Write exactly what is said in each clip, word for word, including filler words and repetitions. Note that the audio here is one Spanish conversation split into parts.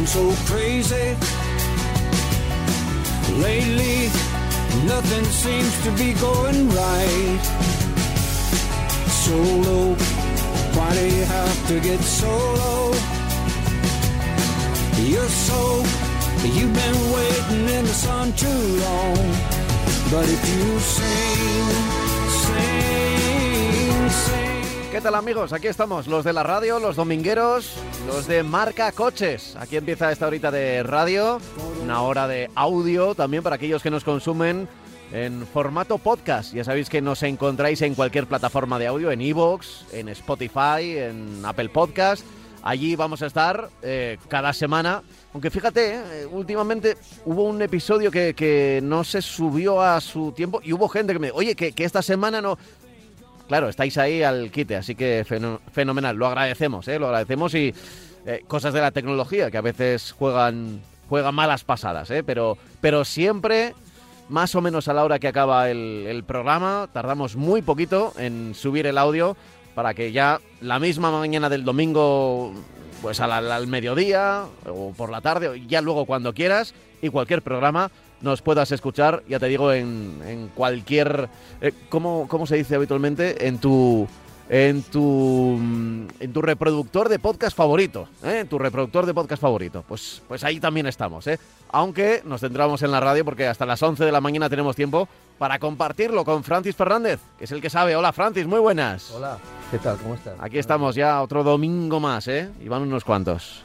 so crazy. Lately, nothing seems to be going right. Solo, why do you have to get so low? You're so, you've been waiting in the sun too long. But if you sing, sing, sing. ¿Qué tal, amigos? Aquí estamos, los de la radio, los domingueros, los de Marca Coches. Aquí empieza esta horita de radio, una hora de audio también para aquellos que nos consumen en formato podcast. Ya sabéis que nos encontráis en cualquier plataforma de audio, en iVoox, en Spotify, en Apple Podcast. Allí vamos a estar eh, cada semana. Aunque fíjate, eh, últimamente hubo un episodio que, que no se subió a su tiempo y hubo gente que me dijo, oye, que, que esta semana no... Claro, estáis ahí al quite, así que fenomenal. Lo agradecemos, ¿eh? Lo agradecemos y eh, cosas de la tecnología que a veces juegan, juegan malas pasadas, ¿eh? Pero, pero siempre, más o menos a la hora que acaba el, el programa, tardamos muy poquito en subir el audio para que ya la misma mañana del domingo, pues al, al mediodía o por la tarde, o ya luego cuando quieras y cualquier programa, nos puedas escuchar, ya te digo, en, en cualquier... Eh, ¿cómo, ¿Cómo se dice habitualmente? En tu... En tu, en tu reproductor de podcast favorito, ¿eh? En tu reproductor de podcast favorito. Pues, pues ahí también estamos, ¿eh? Aunque nos centramos en la radio porque hasta las once de la mañana tenemos tiempo para compartirlo con Francis Fernández, que es el que sabe. Hola, Francis, muy buenas. Hola, ¿qué tal? ¿Cómo estás? Aquí estamos ya otro domingo más, ¿eh? Y van unos cuantos.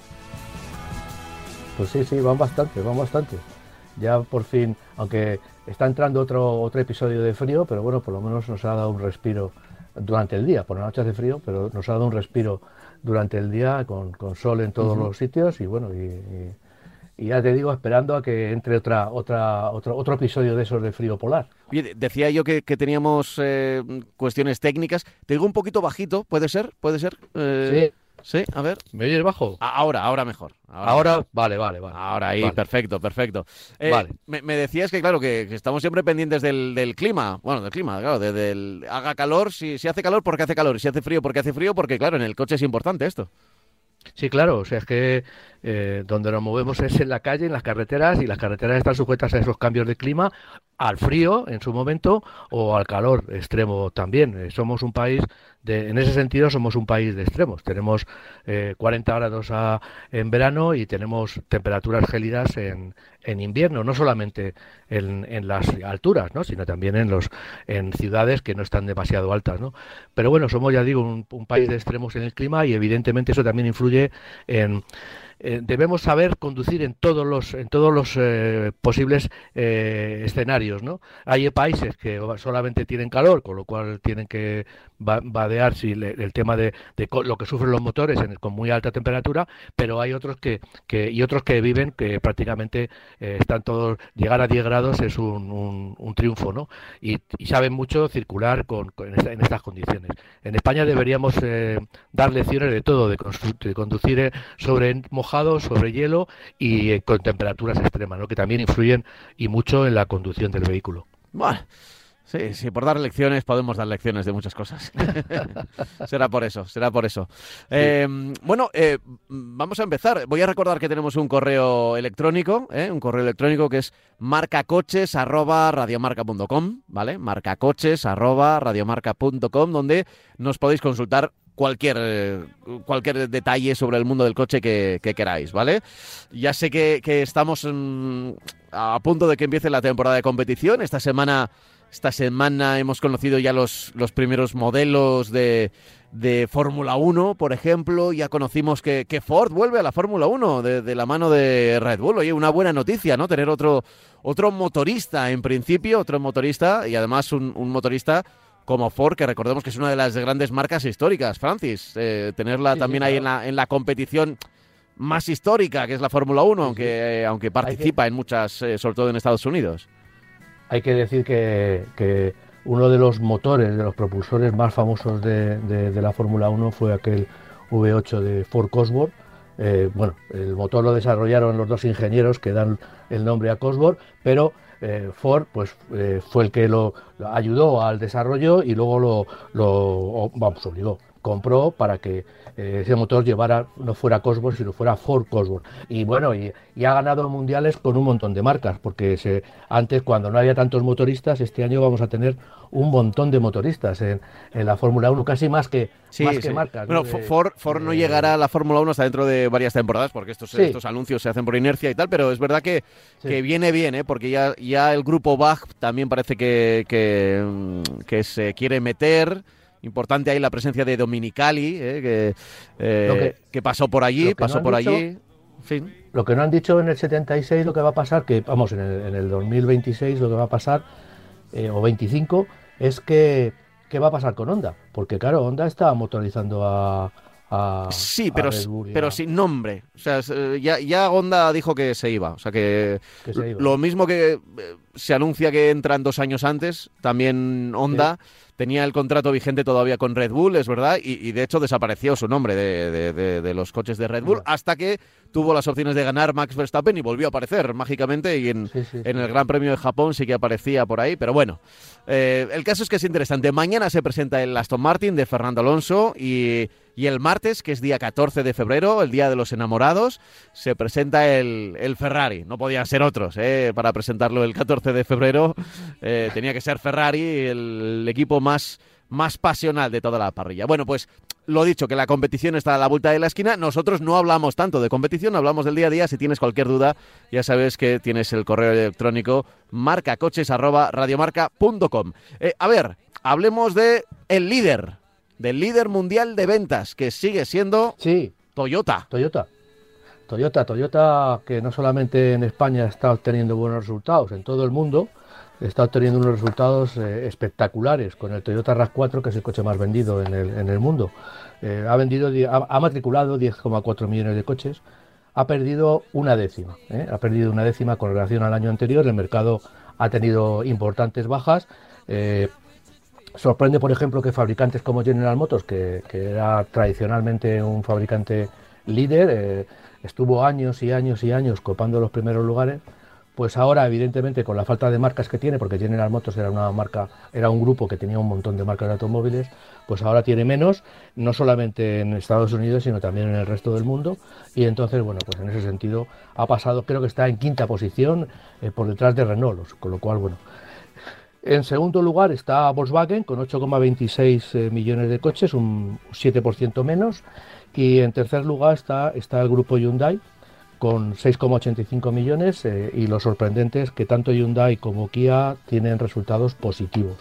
Pues sí, sí, van bastantes, van bastantes. Ya por fin, aunque está entrando otro otro episodio de frío, pero bueno, por lo menos nos ha dado un respiro durante el día. Por la noche hace frío, pero nos ha dado un respiro durante el día con, con sol en todos uh-huh. los sitios y bueno, y, y, y ya te digo, esperando a que entre otra otra otro, otro episodio de esos de frío polar. Oye, decía yo que, que teníamos eh, cuestiones técnicas. Te digo un poquito bajito, ¿puede ser? ¿Puede ser? Eh... Sí. Sí, a ver. ¿Me oyes bajo? Ahora, ahora mejor. Ahora, ahora mejor. vale, vale, vale. Ahora ahí, vale. perfecto, perfecto. Eh, vale. Me, me decías que, claro, que, que estamos siempre pendientes del, del clima. Bueno, del clima, claro, de, del haga calor, si, si hace calor, porque hace calor. Si hace frío, porque hace frío, porque, claro, en el coche es importante esto. Sí, claro, o sea, es que eh, donde nos movemos es en la calle, en las carreteras, y las carreteras están sujetas a esos cambios de clima, al frío en su momento o al calor extremo también. Eh, somos un país, de, en ese sentido somos un país de extremos. Tenemos eh, cuarenta grados a, en verano y tenemos temperaturas gélidas en, en invierno, no solamente en, en las alturas, ¿no? Sino también en los en ciudades que no están demasiado altas, ¿no? Pero bueno, somos, ya digo, un, un país de extremos en el clima y evidentemente eso también influye en... Eh, debemos saber conducir en todos los en todos los eh, posibles eh, escenarios, ¿no? Hay países que solamente tienen calor, con lo cual tienen que va, vadear si le, el tema de, de lo que sufren los motores en, con muy alta temperatura, pero hay otros que, que y otros que viven que prácticamente eh, están todos, llegar a diez grados es un, un, un triunfo, ¿no? Y, y saben mucho circular con, con en, esta, en estas condiciones. En España deberíamos eh, dar lecciones de todo, de, de conducir eh, sobre mojado, sobre hielo y eh, con temperaturas extremas, ¿no? Que también influyen y mucho en la conducción del vehículo. Bueno, sí, sí, por dar lecciones podemos dar lecciones de muchas cosas. será por eso, será por eso. Sí. Eh, bueno, eh, vamos a empezar. Voy a recordar que tenemos un correo electrónico, ¿eh? un correo electrónico que es marcacoches arroba radiomarca punto com, ¿vale? marcacoches arroba radiomarca punto com, donde nos podéis consultar cualquier eh, cualquier detalle sobre el mundo del coche que, que queráis, ¿vale? Ya sé que, que estamos mmm, a punto de que empiece la temporada de competición. Esta semana esta semana hemos conocido ya los, los primeros modelos de, de Fórmula uno, por ejemplo. Ya conocimos que, que Ford vuelve a la Fórmula uno de, de la mano de Red Bull. Oye, una buena noticia, ¿no? Tener otro, otro motorista, en principio, otro motorista, y además un, un motorista como Ford, que recordemos que es una de las grandes marcas históricas, Francis, eh, tenerla sí, también sí, ahí claro. en la en la competición más histórica, que es la Fórmula uno, sí, aunque sí. Eh, aunque participa que, en muchas, eh, sobre todo en Estados Unidos. Hay que decir que, que uno de los motores, de los propulsores más famosos de, de, de la Fórmula uno fue aquel V ocho de Ford Cosworth. Eh, bueno, el motor lo desarrollaron los dos ingenieros que dan el nombre a Cosworth, pero Eh, Ford pues eh, fue el que lo, lo ayudó al desarrollo y luego lo, lo vamos obligó compró para que eh, ese motor llevara, no fuera Cosworth, sino fuera Ford Cosworth. Y bueno, y, y ha ganado mundiales con un montón de marcas, porque se, antes, cuando no había tantos motoristas, este año vamos a tener un montón de motoristas en, en la Fórmula uno, casi más que, sí, más sí. que marcas. Bueno, ¿no? de, Ford, Ford de, no llegará a la Fórmula uno hasta dentro de varias temporadas, porque estos, sí. estos anuncios se hacen por inercia y tal, pero es verdad que, sí. que viene bien, ¿eh? Porque ya, ya el grupo Bach también parece que, que, que se quiere meter. Importante ahí la presencia de Dominicali, ¿eh? que, eh, que, que pasó por allí, que pasó no por dicho, allí. En fin. Lo que no han dicho en el setenta y seis, lo que va a pasar, que vamos, en el, en el dos mil veintiséis lo que va a pasar, eh, o veinticinco, es que qué va a pasar con Honda, porque claro, Honda está motorizando a, a sí, pero, a Red Bull pero a... sin nombre. O sea, ya, ya Honda dijo que se iba. O sea que, que se iba. Lo mismo que se anuncia que entran dos años antes, también Honda sí. tenía el contrato vigente todavía con Red Bull, es verdad, y, y de hecho desapareció su nombre de, de, de, de los coches de Red Bull, sí. hasta que tuvo las opciones de ganar Max Verstappen y volvió a aparecer mágicamente, y en, sí, sí, en sí. el Gran Premio de Japón sí que aparecía por ahí, pero bueno, eh, el caso es que es interesante. Mañana se presenta el Aston Martin de Fernando Alonso y, y el martes, que es día catorce de febrero, el Día de los Enamorados, se presenta el, el Ferrari. No podían ser otros, eh, para presentarlo el catorce de febrero, eh, tenía que ser Ferrari, el, el equipo más, más pasional de toda la parrilla. Bueno, pues lo dicho, que la competición está a la vuelta de la esquina. Nosotros no hablamos tanto de competición, hablamos del día a día. Si tienes cualquier duda, ya sabes que tienes el correo electrónico marcacoches arroba radiomarca punto com. Eh, a ver, hablemos de el líder, del líder mundial de ventas, que sigue siendo sí. Toyota. Toyota. Toyota, Toyota, que no solamente en España está obteniendo buenos resultados, en todo el mundo está obteniendo unos resultados eh, espectaculares con el Toyota RAV cuatro, que es el coche más vendido en el, en el mundo. Eh, ha vendido, ha, ha matriculado diez coma cuatro millones de coches, ha perdido una décima, ¿eh? ha perdido una décima con relación al año anterior. El mercado ha tenido importantes bajas. Eh, sorprende, por ejemplo, que fabricantes como General Motors, que, que era tradicionalmente un fabricante líder, eh, estuvo años y años y años copando los primeros lugares, pues ahora, evidentemente, con la falta de marcas que tiene, porque General Motors era una marca, era un grupo que tenía un montón de marcas de automóviles, pues ahora tiene menos, no solamente en Estados Unidos, sino también en el resto del mundo. Y entonces, bueno, pues en ese sentido ha pasado, creo que está en quinta posición, eh, por detrás de Renault, con lo cual, bueno. En segundo lugar está Volkswagen, con ocho coma veintiséis eh, millones de coches, un siete por ciento menos. Y en tercer lugar está, está el grupo Hyundai, con seis coma ochenta y cinco millones, eh, y lo sorprendente es que tanto Hyundai como Kia tienen resultados positivos.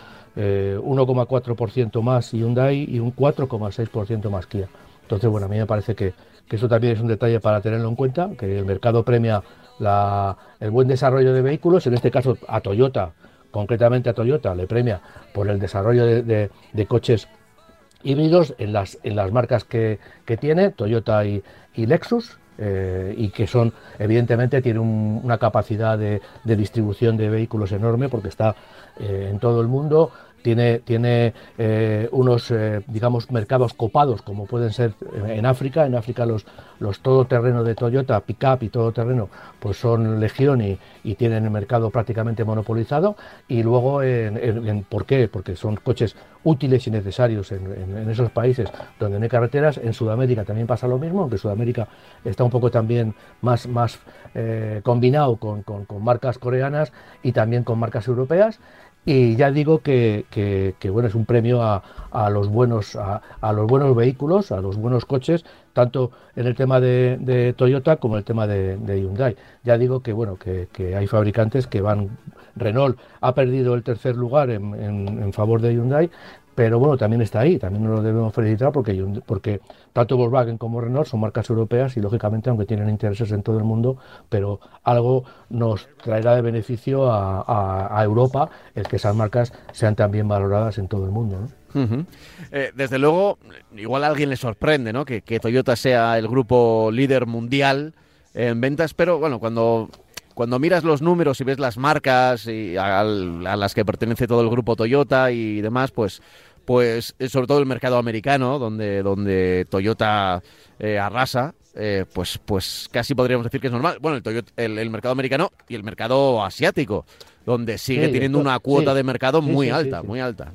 Eh, uno coma cuatro por ciento más Hyundai y un cuatro coma seis por ciento más Kia. Entonces, bueno, a mí me parece que, que eso también es un detalle para tenerlo en cuenta, que el mercado premia la, el buen desarrollo de vehículos. En este caso a Toyota, concretamente a Toyota, le premia por el desarrollo de, de, de coches híbridos en las, en las marcas que, que tiene, Toyota y, y Lexus. Eh, y que son, evidentemente, tiene un, una capacidad de, de distribución de vehículos enorme, porque está eh, en todo el mundo, tiene, tiene eh, unos, eh, digamos, mercados copados, como pueden ser en África. En África los, los todoterreno de Toyota, pick-up y todoterreno, pues son legión y, y tienen el mercado prácticamente monopolizado. Y luego, en, en, en, ¿por qué? Porque son coches útiles y necesarios en, en, en esos países donde no hay carreteras. En Sudamérica también pasa lo mismo, aunque Sudamérica está un poco también más, más eh, combinado con, con, con marcas coreanas y también con marcas europeas. Y ya digo que, que, que bueno, es un premio a, a los buenos a, a los buenos vehículos, a los buenos coches, tanto en el tema de, de Toyota como en el tema de, de Hyundai. Ya digo que bueno, que, que hay fabricantes que van. Renault ha perdido el tercer lugar en, en, en favor de Hyundai, pero bueno, también está ahí, también nos lo debemos felicitar, porque, porque tanto Volkswagen como Renault son marcas europeas y, lógicamente, aunque tienen intereses en todo el mundo, pero algo nos traerá de beneficio a, a, a Europa el que esas marcas sean también valoradas en todo el mundo, ¿no? Uh-huh. Eh, desde luego, igual a alguien le sorprende, ¿no?, que, que Toyota sea el grupo líder mundial en ventas, pero bueno, cuando... Cuando miras los números y ves las marcas y a, a las que pertenece todo el grupo Toyota y demás, pues, pues sobre todo el mercado americano, donde, donde Toyota eh, arrasa, eh, pues, pues casi podríamos decir que es normal. Bueno, el, Toyota, el, el mercado americano y el mercado asiático, donde sigue sí, teniendo esto, una cuota sí, de mercado muy sí, sí, alta, sí, sí. muy alta, ¿no?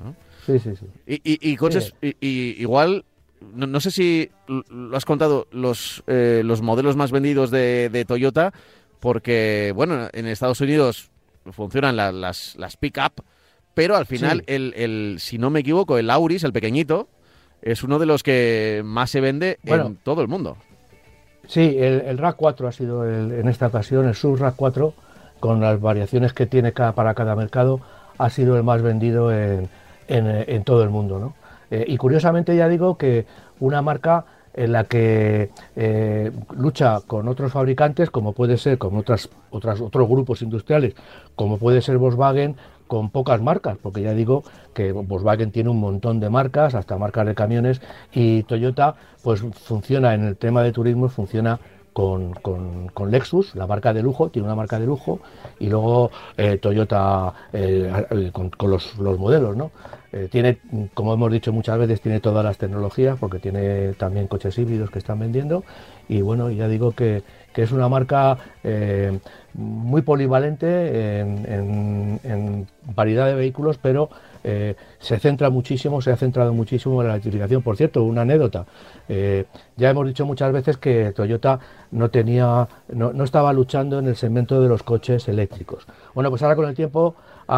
Sí, sí, sí. Y, y, y coches, sí. y, y igual, no, no sé si lo has contado, los, eh, los modelos más vendidos de, de Toyota, porque, bueno, en Estados Unidos funcionan la, las, las pick-up, pero al final, sí. el, el, si no me equivoco, el Auris, el pequeñito, es uno de los que más se vende bueno, en todo el mundo. Sí, el, el RAV cuatro ha sido el, en esta ocasión, el Sub RAV cuatro, con las variaciones que tiene cada, para cada mercado, ha sido el más vendido en, en, en todo el mundo, ¿no? Eh, y curiosamente ya digo que una marca en la que eh, lucha con otros fabricantes, como puede ser con otras, otras, otros grupos industriales, como puede ser Volkswagen, con pocas marcas, porque ya digo que Volkswagen tiene un montón de marcas, hasta marcas de camiones, y Toyota pues funciona en el tema de turismo, funciona Con, con, con Lexus, la marca de lujo, tiene una marca de lujo, y luego eh, Toyota eh, con, con los, los modelos, ¿no? Eh, tiene, como hemos dicho muchas veces, tiene todas las tecnologías, porque tiene también coches híbridos que están vendiendo, y bueno, ya digo que, que es una marca eh, muy polivalente en, en, en variedad de vehículos, pero eh, se centra muchísimo, se ha centrado muchísimo en la electrificación. Por cierto, una anécdota, eh, ya hemos dicho muchas veces que Toyota no tenía, no, no estaba luchando en el segmento de los coches eléctricos. Bueno, pues ahora con el tiempo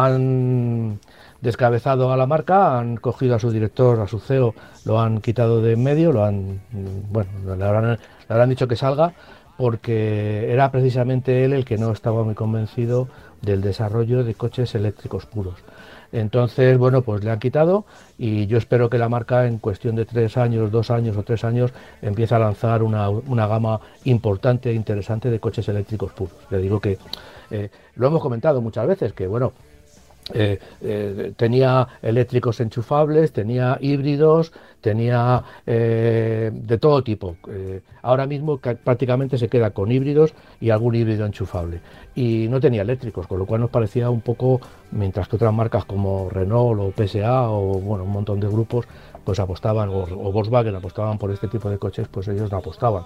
han descabezado a la marca, han cogido a su director, a su C E O, lo han quitado de en medio, lo han, bueno, le habrán, le habrán dicho que salga, porque era precisamente él el que no estaba muy convencido del desarrollo de coches eléctricos puros. Entonces, bueno, pues le han quitado, y yo espero que la marca en cuestión de tres años, dos años o tres años empiece a lanzar una, una gama importante e interesante de coches eléctricos puros. Le digo que eh, lo hemos comentado muchas veces, que bueno, Eh, eh, tenía eléctricos enchufables, tenía híbridos, tenía eh, de todo tipo. Eh, ahora mismo prácticamente se queda con híbridos y algún híbrido enchufable. Y no tenía eléctricos, con lo cual nos parecía un poco, mientras que otras marcas como Renault o P S A o bueno, un montón de grupos pues apostaban, o, o Volkswagen apostaban por este tipo de coches, pues ellos no apostaban.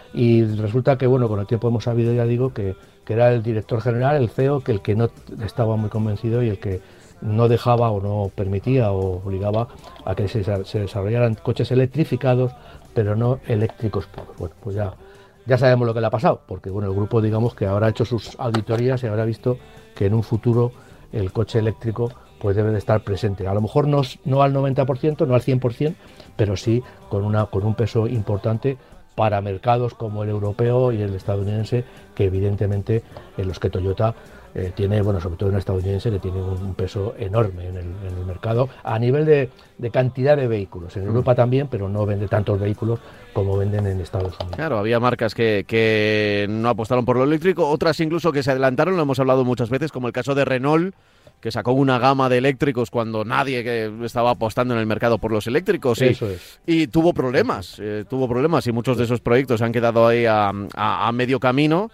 Y resulta que, bueno, con el tiempo hemos sabido, ya digo, que, que era el director general, el C E O, que el que no estaba muy convencido y el que no dejaba o no permitía o obligaba a que se, se desarrollaran coches electrificados, pero no eléctricos puros. Bueno, pues ya, ya sabemos lo que le ha pasado, porque bueno, el grupo, digamos, que habrá hecho sus auditorías y habrá visto que en un futuro el coche eléctrico pues debe de estar presente. A lo mejor no, no al noventa por ciento, no al cien por ciento, pero sí con, una, con un peso importante para mercados como el europeo y el estadounidense, que evidentemente en los que Toyota eh, tiene, bueno, sobre todo en el estadounidense, que tiene un, un peso enorme en el, en el mercado a nivel de, de cantidad de vehículos. En Europa también, pero no vende tantos vehículos como venden en Estados Unidos. Claro, había marcas que, que no apostaron por lo eléctrico, otras incluso que se adelantaron, lo hemos hablado muchas veces, como el caso de Renault, que sacó una gama de eléctricos cuando nadie que estaba apostando en el mercado por los eléctricos. Eso y, es. y tuvo problemas, eh, tuvo problemas y muchos de esos proyectos han quedado ahí a, a, a medio camino,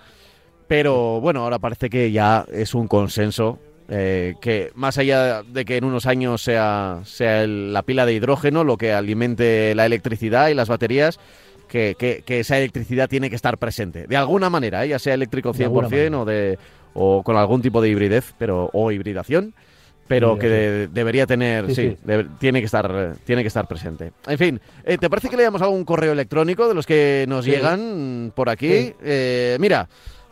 pero bueno, ahora parece que ya es un consenso, eh, que más allá de que en unos años sea, sea el, la pila de hidrógeno lo que alimente la electricidad y las baterías, que, que, que esa electricidad tiene que estar presente, de alguna manera, ¿eh? Ya sea eléctrico cien por ciento o de... o con algún tipo de hibridez, pero o hibridación, pero sí, que de, debería tener, sí, sí, sí. De, tiene que estar tiene que estar presente. En fin, eh, ¿te parece que leamos algún correo electrónico de los que nos sí. llegan por aquí? Sí. Eh, mira,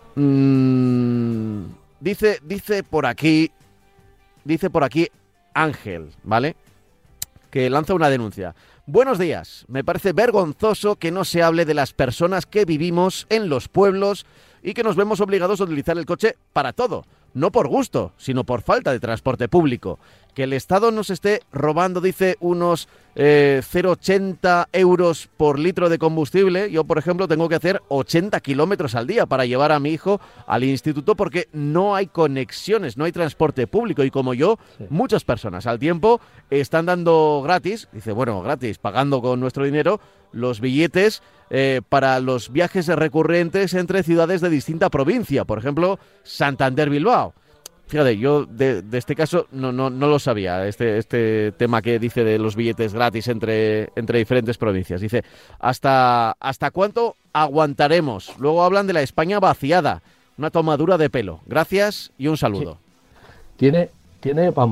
mmm, dice dice por aquí dice por aquí Ángel, ¿vale? Que lanza una denuncia. Buenos días, me parece vergonzoso que no se hable de las personas que vivimos en los pueblos y que nos vemos obligados a utilizar el coche para todo, no por gusto, sino por falta de transporte público. Que el Estado nos esté robando, dice, unos eh, cero coma ochenta euros por litro de combustible. Yo, por ejemplo, tengo que hacer ochenta kilómetros al día para llevar a mi hijo al instituto porque no hay conexiones, no hay transporte público. Y como yo, sí. muchas personas al tiempo están dando gratis, dice, bueno, gratis, pagando con nuestro dinero, los billetes eh, para los viajes recurrentes entre ciudades de distinta provincia. Por ejemplo, Santander-Bilbao. Fíjate, yo de, de este caso no, no, no lo sabía, este, este tema que dice de los billetes gratis entre, entre diferentes provincias. Dice, ¿hasta, ¿hasta cuánto aguantaremos? Luego hablan de la España vaciada, una tomadura de pelo. Gracias y un saludo. Sí. Tiene, tiene, vamos,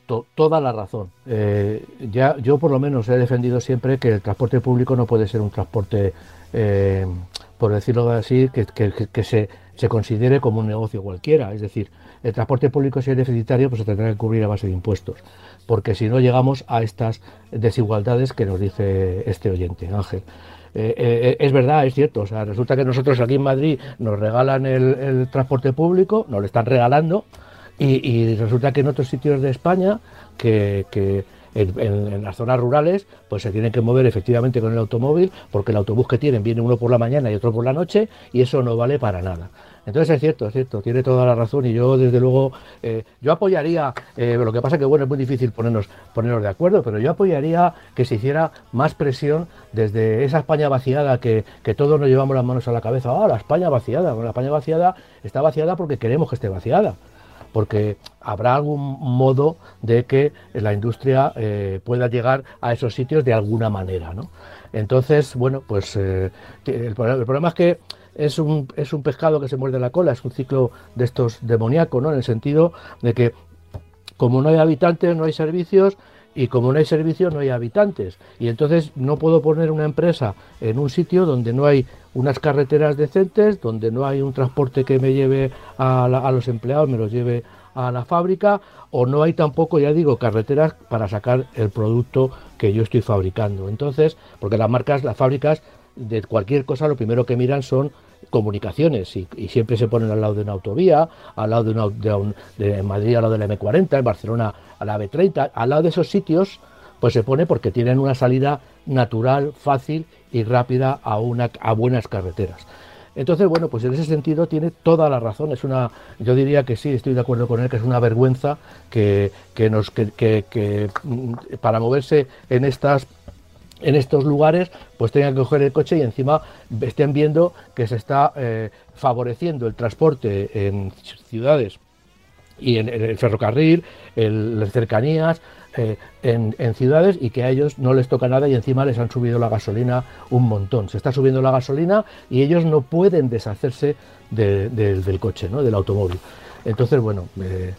to, toda la razón. Eh, ya yo por lo menos he defendido siempre que el transporte público no puede ser un transporte, eh, por decirlo así, que, que, que se, se considere como un negocio cualquiera. Es decir, el transporte público, si es deficitario, pues se tendrá que cubrir a base de impuestos, porque si no llegamos a estas desigualdades que nos dice este oyente, Ángel. Eh, eh, es verdad, es cierto, o sea, resulta que nosotros aquí en Madrid nos regalan el, el transporte público, nos lo están regalando, y, y resulta que en otros sitios de España, que, que en, en, en las zonas rurales, pues se tienen que mover efectivamente con el automóvil, porque el autobús que tienen viene uno por la mañana y otro por la noche, y eso no vale para nada. Entonces es cierto, es cierto, tiene toda la razón, y yo desde luego, eh, yo apoyaría, eh, lo que pasa que bueno, es muy difícil ponernos, ponernos de acuerdo, pero yo apoyaría que se hiciera más presión desde esa España vaciada, que, que todos nos llevamos las manos a la cabeza. Ah, la España vaciada, bueno, la España vaciada está vaciada porque queremos que esté vaciada, porque habrá algún modo de que la industria eh, pueda llegar a esos sitios de alguna manera, ¿no? Entonces, bueno, pues eh, el, el problema es que es un, es un pescado que se muerde la cola, es un ciclo de estos demoníacos, ¿no? En el sentido de que como no hay habitantes, no hay servicios, y como no hay servicios, no hay habitantes. Y entonces no puedo poner una empresa en un sitio donde no hay unas carreteras decentes, donde no hay un transporte que me lleve a, la, a los empleados, me los lleve a la fábrica, o no hay tampoco, ya digo, carreteras para sacar el producto que yo estoy fabricando. Entonces, porque las marcas, las fábricas de cualquier cosa, lo primero que miran son comunicaciones, y, y siempre se ponen al lado de una autovía, al lado de una de, un, de Madrid al lado de la eme cuarenta, en Barcelona a la ave treinta, al lado de esos sitios, pues se pone porque tienen una salida natural, fácil y rápida a una a buenas carreteras. Entonces, bueno, pues en ese sentido tiene toda la razón. Es una, yo diría que sí, estoy de acuerdo con él, que es una vergüenza que, que nos que, que, que para moverse en estas en estos lugares, pues tengan que coger el coche y encima estén viendo que se está eh, favoreciendo el transporte en ciudades y en, en el ferrocarril, en las cercanías, eh, en, en ciudades, y que a ellos no les toca nada, y encima les han subido la gasolina un montón. Se está subiendo la gasolina y ellos no pueden deshacerse de, de, del coche, ¿no? Del automóvil. Entonces, bueno, eh,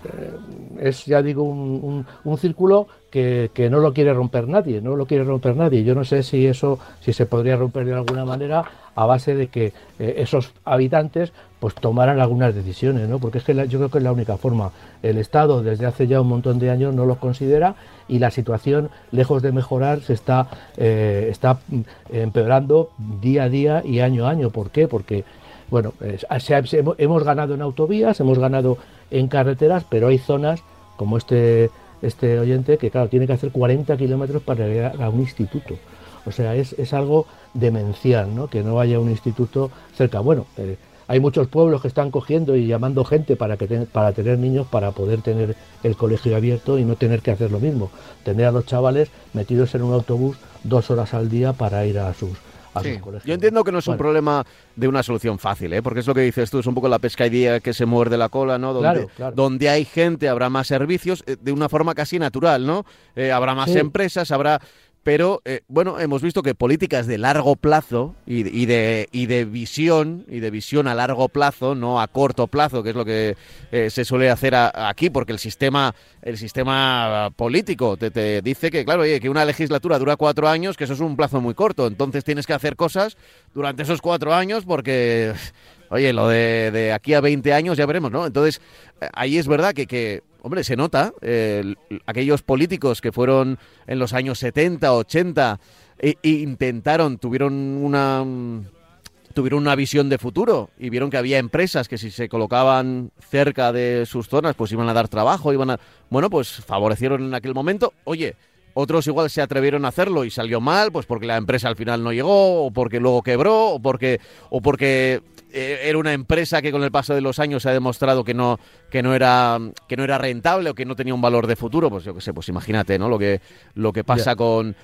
es, ya digo, un, un, un círculo que, que no lo quiere romper nadie, no lo quiere romper nadie. Yo no sé si eso, si se podría romper de alguna manera a base de que eh, esos habitantes pues tomaran algunas decisiones, ¿no? Porque es que la, yo creo que es la única forma. El Estado desde hace ya un montón de años no los considera, y la situación, lejos de mejorar, se está, eh, está empeorando día a día y año a año. ¿Por qué? Porque bueno, eh, se, se, hemos ganado en autovías, hemos ganado en carreteras, pero hay zonas como este este oyente que, claro, tiene que hacer cuarenta kilómetros para llegar a un instituto. O sea, es, es algo demencial, ¿no? Que no haya un instituto cerca. Bueno, eh, hay muchos pueblos que están cogiendo y llamando gente para que ten, para tener niños, para poder tener el colegio abierto y no tener que hacer lo mismo. Tener a los chavales metidos en un autobús dos horas al día para ir a sus Sí. Yo entiendo que no es un vale. problema de una solución fácil, ¿eh? Porque es lo que dices tú, es un poco la pescadilla que se muerde la cola, ¿no? Donde, claro, claro. donde hay gente habrá más servicios, eh, de una forma casi natural, ¿no? Eh, habrá más sí. empresas, habrá... Pero, eh, bueno, hemos visto que políticas de largo plazo y, y, de, y de visión, y de visión a largo plazo, no a corto plazo, que es lo que eh, se suele hacer a, aquí, porque el sistema el sistema político te, te dice que, claro, oye, que una legislatura dura cuatro años, que eso es un plazo muy corto, entonces tienes que hacer cosas durante esos cuatro años porque, oye, lo de, de aquí a veinte años ya veremos, ¿no? Entonces, ahí es verdad que... que hombre, se nota, eh, aquellos políticos que fueron en los años setenta, ochenta, e, e intentaron, tuvieron una, tuvieron una visión de futuro y vieron que había empresas que si se colocaban cerca de sus zonas, pues iban a dar trabajo, iban a... Bueno, pues favorecieron en aquel momento. Oye, otros igual se atrevieron a hacerlo y salió mal, pues porque la empresa al final no llegó, o porque luego quebró, o porque... O porque era una empresa que con el paso de los años se ha demostrado que no que no era que no era rentable o que no tenía un valor de futuro. Pues yo qué sé, pues imagínate, ¿no? Lo que lo que pasa yeah. con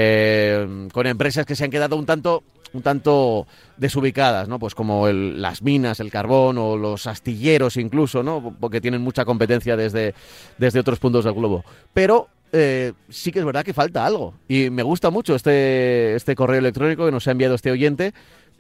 eh, con empresas que se han quedado un tanto un tanto desubicadas, ¿no? Pues como el, las minas, el carbón o los astilleros incluso, ¿no? Porque tienen mucha competencia desde desde otros puntos del globo. Pero Eh, sí que es verdad que falta algo. Y me gusta mucho este este correo electrónico que nos ha enviado este oyente,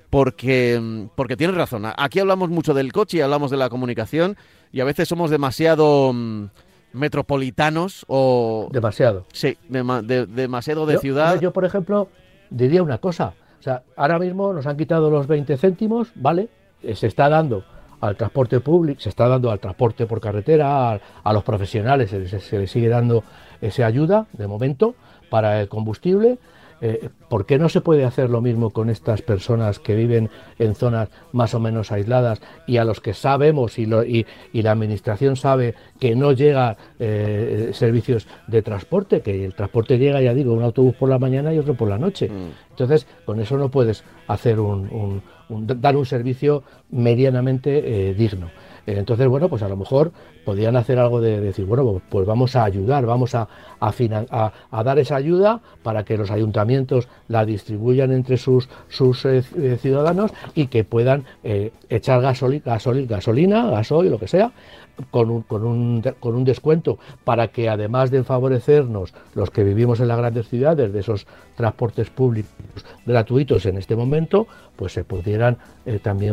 porque porque tienes razón. Aquí hablamos mucho del coche y hablamos de la comunicación, y a veces somos demasiado metropolitanos o... Demasiado. Sí, de, de, demasiado de yo, ciudad. Yo, por ejemplo, diría una cosa. O sea, ahora mismo nos han quitado los veinte céntimos, ¿vale? Se está dando al transporte público, se está dando al transporte por carretera, a, a los profesionales, se les, se les sigue dando esa ayuda, de momento, para el combustible. Eh, ¿Por qué no se puede hacer lo mismo con estas personas que viven en zonas más o menos aisladas y a los que sabemos y, lo, y, y la administración sabe que no llega eh, servicios de transporte, que el transporte llega, ya digo, un autobús por la mañana y otro por la noche? Mm. Entonces, con eso no puedes hacer un, un, un dar un servicio medianamente eh, digno. Entonces, bueno, pues a lo mejor podrían hacer algo de, de decir, bueno, pues vamos a ayudar, vamos a, a, a, a dar esa ayuda para que los ayuntamientos la distribuyan entre sus, sus eh, ciudadanos y que puedan eh, echar gasoli, gasoli, gasolina, gasoil, lo que sea, con un, con, un, con un descuento para que, además de favorecernos los que vivimos en las grandes ciudades, de esos transportes públicos gratuitos en este momento, pues se pudieran eh, también...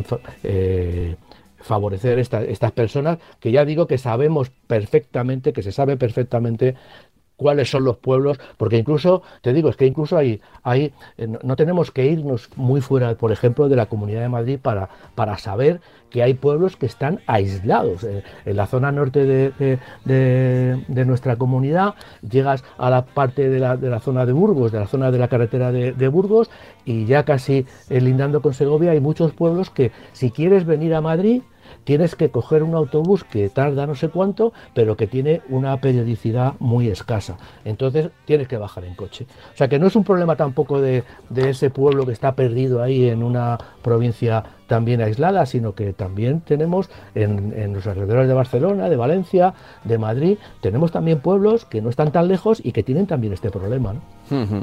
Eh, favorecer esta, estas personas, que ya digo que sabemos perfectamente, que se sabe perfectamente cuáles son los pueblos, porque incluso, te digo, es que incluso hay, hay no tenemos que irnos muy fuera, por ejemplo, de la Comunidad de Madrid para, para saber que hay pueblos que están aislados. En la zona norte de, de, de, de nuestra comunidad, llegas a la parte de la, de la zona de Burgos, de la zona de la carretera de, de Burgos, y ya casi eh, lindando con Segovia, hay muchos pueblos que, si quieres venir a Madrid, tienes que coger un autobús que tarda no sé cuánto, pero que tiene una periodicidad muy escasa. Entonces tienes que bajar en coche. O sea que no es un problema tampoco de, de ese pueblo que está perdido ahí en una provincia también aislada, sino que también tenemos en, en los alrededores de Barcelona, de Valencia, de Madrid, tenemos también pueblos que no están tan lejos y que tienen también este problema, ¿no? Uh-huh.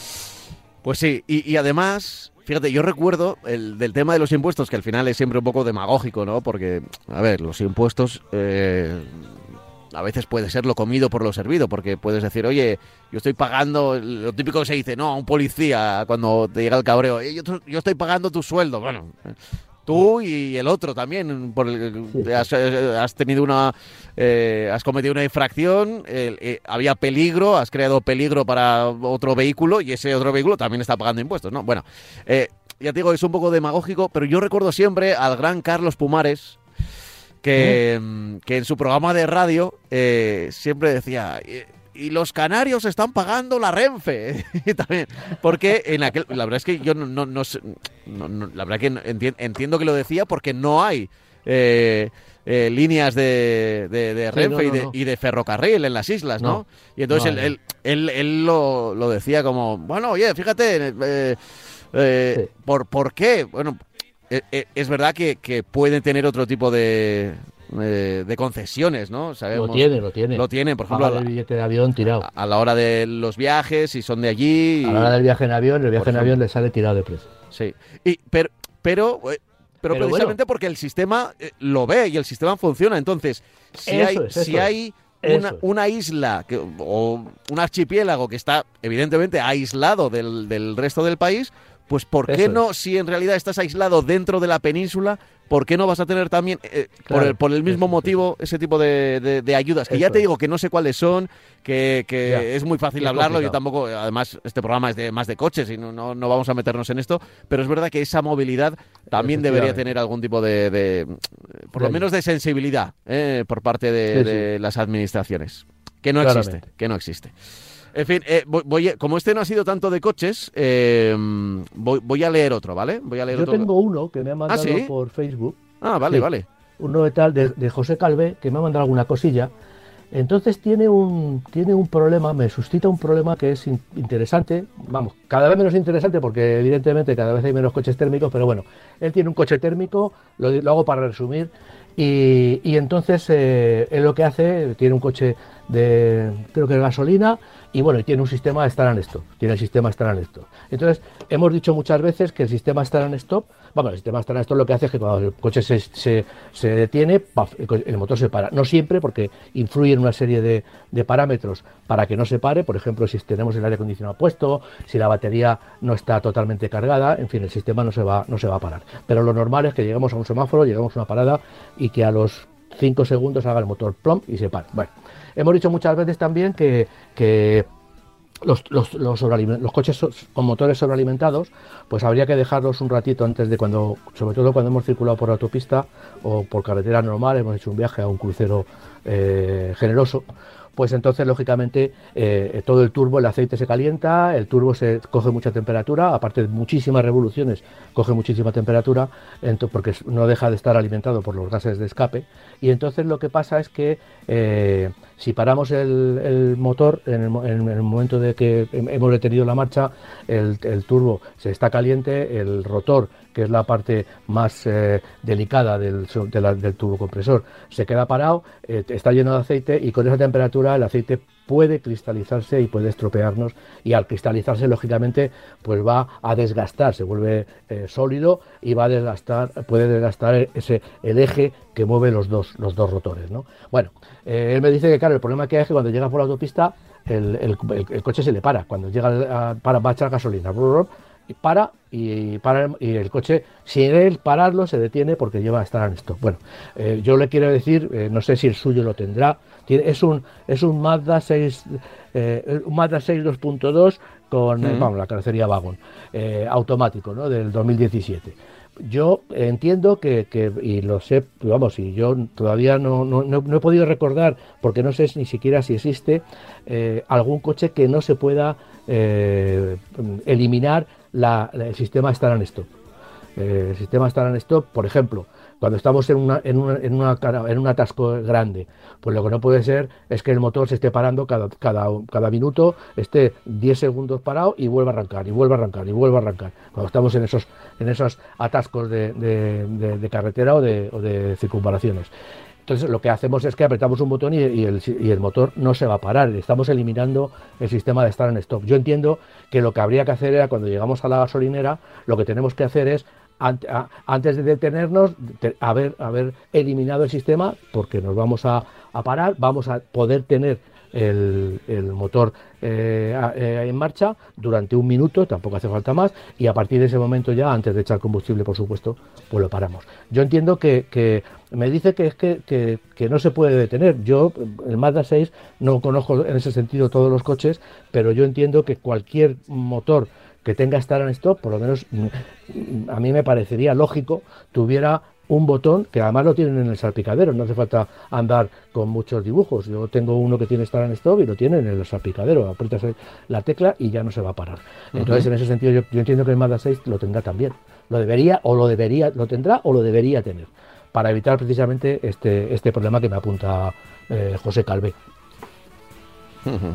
Pues sí, y, y además... Fíjate, yo recuerdo el del tema de los impuestos, que al final es siempre un poco demagógico, ¿no? Porque, a ver, los impuestos eh, a veces puede ser lo comido por lo servido, porque puedes decir, oye, yo estoy pagando, lo típico que se dice, no, a un policía cuando te llega el cabreo, yo, yo estoy pagando tu sueldo, bueno... Tú y el otro también, por el, sí. has, has tenido una, eh, has cometido una infracción, eh, eh, había peligro, has creado peligro para otro vehículo y ese otro vehículo también está pagando impuestos, ¿no? Bueno, eh, ya te digo, es un poco demagógico, pero yo recuerdo siempre al gran Carlos Pumares, que, ¿Eh? que en su programa de radio eh, siempre decía... Eh, y los canarios están pagando la Renfe también, porque en aquel, la verdad es que yo no, no, no, no, no la verdad que enti, entiendo que lo decía porque no hay eh, eh, líneas de, de, de Renfe sí, no, no, y, de, no. y de ferrocarril en las islas, ¿no? no y entonces no, él, él, él, él lo, lo decía como, bueno, oye, fíjate, eh, eh, sí. ¿por, ¿por qué? Bueno, eh, eh, es verdad que, que pueden tener otro tipo de... Eh, de concesiones, ¿no? Sabemos, lo tiene, lo tiene. Lo tiene, por ejemplo, el billete de avión tirado. A, a la hora de los viajes, si son de allí. A la hora del viaje en avión, el viaje en avión le sale tirado de precio. Sí. Y pero pero, pero, pero precisamente bueno. porque el sistema eh, lo ve y el sistema funciona. Entonces, si eso hay es, si hay una, una isla que, o un archipiélago que está evidentemente aislado del, del resto del país, pues ¿por qué eso no, es. si en realidad estás aislado dentro de la península, ¿por qué no vas a tener también, eh, claro, por, el, por el mismo eso, motivo, eso. ese tipo de, de, de ayudas? Que eso ya te digo que no sé cuáles son, que, que es muy fácil hablarlo, complicado. Yo tampoco, además este programa es de más de coches y no, no, no vamos a meternos en esto, pero es verdad que esa movilidad también debería tener algún tipo de, de por lo menos de sensibilidad eh, por parte de, sí, de sí. las administraciones, que no Claramente. existe, que no existe. En fin, eh, voy, voy, como este no ha sido tanto de coches, eh, voy, voy a leer otro, ¿vale? Voy a leer Yo otro. tengo uno que me ha mandado ¿Ah, sí? por Facebook. Ah, vale, sí. vale. Uno de tal, de, de José Calvé, que me ha mandado alguna cosilla. Entonces tiene un, tiene un problema, me suscita un problema que es in, interesante, vamos, cada vez menos interesante porque evidentemente cada vez hay menos coches térmicos, pero bueno, él tiene un coche térmico, lo, lo hago para resumir, y, y entonces eh, él lo que hace, tiene un coche de, creo que de gasolina, y bueno, y tiene un sistema Start and Stop, tiene el sistema Start and Stop. Entonces, hemos dicho muchas veces que el sistema Start and Stop, vamos, el sistema Start and Stop lo que hace es que cuando el coche se, se, se detiene, puff, el, el motor se para. No siempre, porque influye en una serie de, de parámetros para que no se pare, por ejemplo, si tenemos el aire acondicionado puesto, si la batería no está totalmente cargada, en fin, el sistema no se va, no se va a parar. Pero lo normal es que lleguemos a un semáforo, lleguemos a una parada y que a los cinco segundos haga el motor plom y se para. Bueno, hemos dicho muchas veces también que, que Los, los, los, los coches so, con motores sobrealimentados, pues habría que dejarlos un ratito antes de cuando, sobre todo cuando hemos circulado por autopista o por carretera normal, hemos hecho un viaje a un crucero eh, generoso, pues entonces lógicamente eh, todo el turbo, el aceite se calienta, el turbo se coge mucha temperatura, aparte de muchísimas revoluciones, coge muchísima temperatura, entonces, porque no deja de estar alimentado por los gases de escape, y entonces lo que pasa es que eh, si paramos el, el motor en el, en el momento de que hemos detenido la marcha, el, el turbo se está caliente, el rotor, que es la parte más eh, delicada del, de la, del tubo compresor, se queda parado, eh, está lleno de aceite, y con esa temperatura el aceite puede cristalizarse y puede estropearnos, y al cristalizarse lógicamente pues va a desgastar, se vuelve eh, sólido y va a desgastar, puede desgastar ese, el eje que mueve los dos, los dos rotores, ¿no? Bueno, eh, él me dice que claro, el problema que hay es que cuando llega por la autopista el, el, el, el coche se le para, cuando llega a, para, va a echar gasolina, y para y para el, y el coche, sin él pararlo, se detiene porque lleva a estar en stop. Bueno, eh, yo le quiero decir, eh, no sé si el suyo lo tendrá, tiene, es un es un Mazda seis, eh, un Mazda seis dos punto dos con, mm. eh, vamos, la carrocería Wagon, eh, automático, ¿no? Del dos mil diecisiete. Yo entiendo que, que, y lo sé, vamos, y yo todavía no, no, no he podido recordar, porque no sé ni siquiera si existe eh, algún coche que no se pueda eh, eliminar la, la, el sistema Start and Stop. Eh, el sistema Start and Stop, por ejemplo, cuando estamos en, una, en, una, en, una, en un atasco grande, pues lo que no puede ser es que el motor se esté parando cada, cada, cada minuto, esté diez segundos parado y vuelva a arrancar, y vuelva a arrancar, y vuelva a arrancar. Cuando estamos en esos, en esos atascos de, de, de, de carretera o de, o de circunvalaciones. Entonces lo que hacemos es que apretamos un botón y, y, el, y el motor no se va a parar, estamos eliminando el sistema de Start and Stop. Yo entiendo que lo que habría que hacer era, cuando llegamos a la gasolinera, lo que tenemos que hacer es, antes de detenernos, haber, haber eliminado el sistema, porque nos vamos a, a parar, vamos a poder tener el, el motor eh, eh, en marcha durante un minuto, tampoco hace falta más, y a partir de ese momento ya, antes de echar combustible, por supuesto, pues lo paramos. Yo entiendo que, que me dice que es que, que, que no se puede detener. Yo, el Mazda seis, no conozco en ese sentido todos los coches, pero yo entiendo que cualquier motor que tenga Start and Stop, por lo menos a mí me parecería lógico, tuviera un botón, que además lo tienen en el salpicadero, no hace falta andar con muchos dibujos. Yo tengo uno que tiene Start and Stop y lo tiene en el salpicadero, aprietas la tecla y ya no se va a parar. Entonces, uh-huh. en ese sentido, yo, yo entiendo que el Mazda seis lo tendrá también. Lo debería, o lo debería, lo tendrá o lo debería tener, para evitar precisamente este, este problema que me apunta eh, José Calvé. Uh-huh.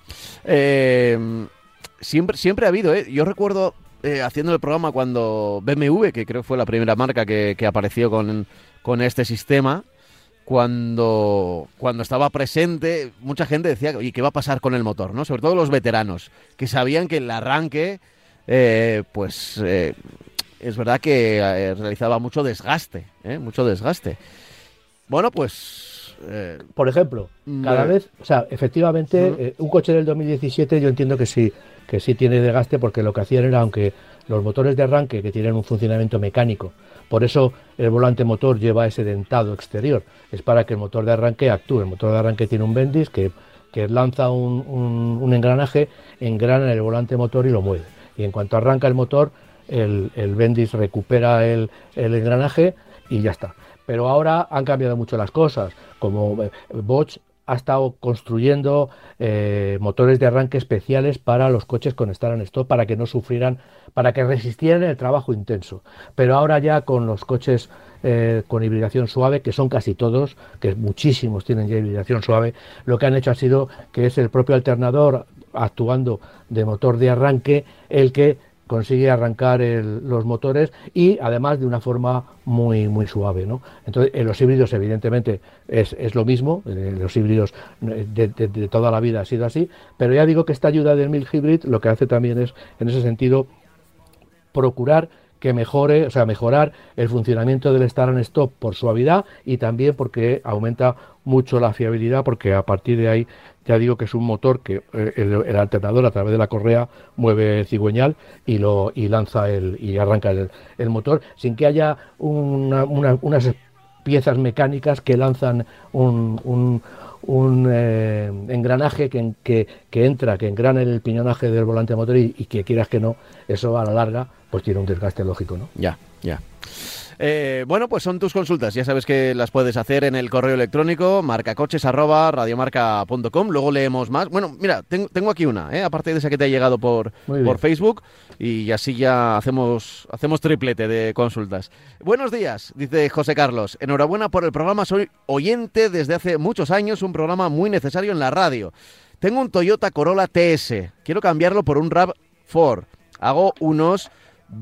Eh... Siempre, siempre ha habido, ¿eh? Yo recuerdo eh, haciendo el programa cuando B M W, que creo fue la primera marca que, que apareció con, con este sistema, cuando, cuando estaba presente, mucha gente decía, oye, ¿qué va a pasar con el motor?, ¿no? Sobre todo los veteranos, que sabían que el arranque, eh, pues, eh, es verdad que eh, realizaba mucho desgaste, ¿eh? Mucho desgaste. Bueno, pues... Eh, Por ejemplo, cada eh, vez, o sea, efectivamente, uh-huh. eh, un coche del dos mil diecisiete yo entiendo que sí, que sí tiene desgaste, porque lo que hacían era, aunque los motores de arranque que tienen un funcionamiento mecánico, por eso el volante motor lleva ese dentado exterior, es para que el motor de arranque actúe. El motor de arranque tiene un Bendix que, que lanza un, un, un engranaje, engrana el volante motor y lo mueve. Y en cuanto arranca el motor, el, el Bendix recupera el, el engranaje y ya está. Pero ahora han cambiado mucho las cosas, como Bosch ha estado construyendo eh, motores de arranque especiales para los coches con Start and Stop, para que no sufrieran, para que resistieran el trabajo intenso. Pero ahora ya con los coches eh, con hibridación suave, que son casi todos, que muchísimos tienen ya hibridación suave, lo que han hecho ha sido que es el propio alternador actuando de motor de arranque el que consigue arrancar el, los motores, y además de una forma muy muy suave, ¿no? Entonces, en los híbridos evidentemente es, es lo mismo, en los híbridos de, de, de toda la vida ha sido así, pero ya digo que esta ayuda del Mild Hybrid lo que hace también es, en ese sentido, procurar que mejore, o sea, mejorar el funcionamiento del Start and Stop por suavidad, y también porque aumenta mucho la fiabilidad, porque a partir de ahí ya digo que es un motor que eh, el, el alternador a través de la correa mueve el cigüeñal y lo y lanza el y arranca el, el motor sin que haya una, una, unas piezas mecánicas que lanzan un, un, un eh, engranaje que, que, que entra, que engrana en el piñonaje del volante motor y, y que quieras que no, eso a la larga pues tiene un desgaste lógico, ¿no? Ya, ya. Eh, bueno, pues son tus consultas. Ya sabes que las puedes hacer en el correo electrónico marcacoches arroba radiomarca punto com. Luego leemos más. Bueno, mira, tengo, tengo aquí una, ¿eh? Aparte de esa que te ha llegado por, por Facebook. Y así ya hacemos, hacemos triplete de consultas. Buenos días, dice José Carlos. Enhorabuena por el programa. Soy oyente desde hace muchos años. Un programa muy necesario en la radio. Tengo un Toyota Corolla T S. Quiero cambiarlo por un RAV cuatro. Hago unos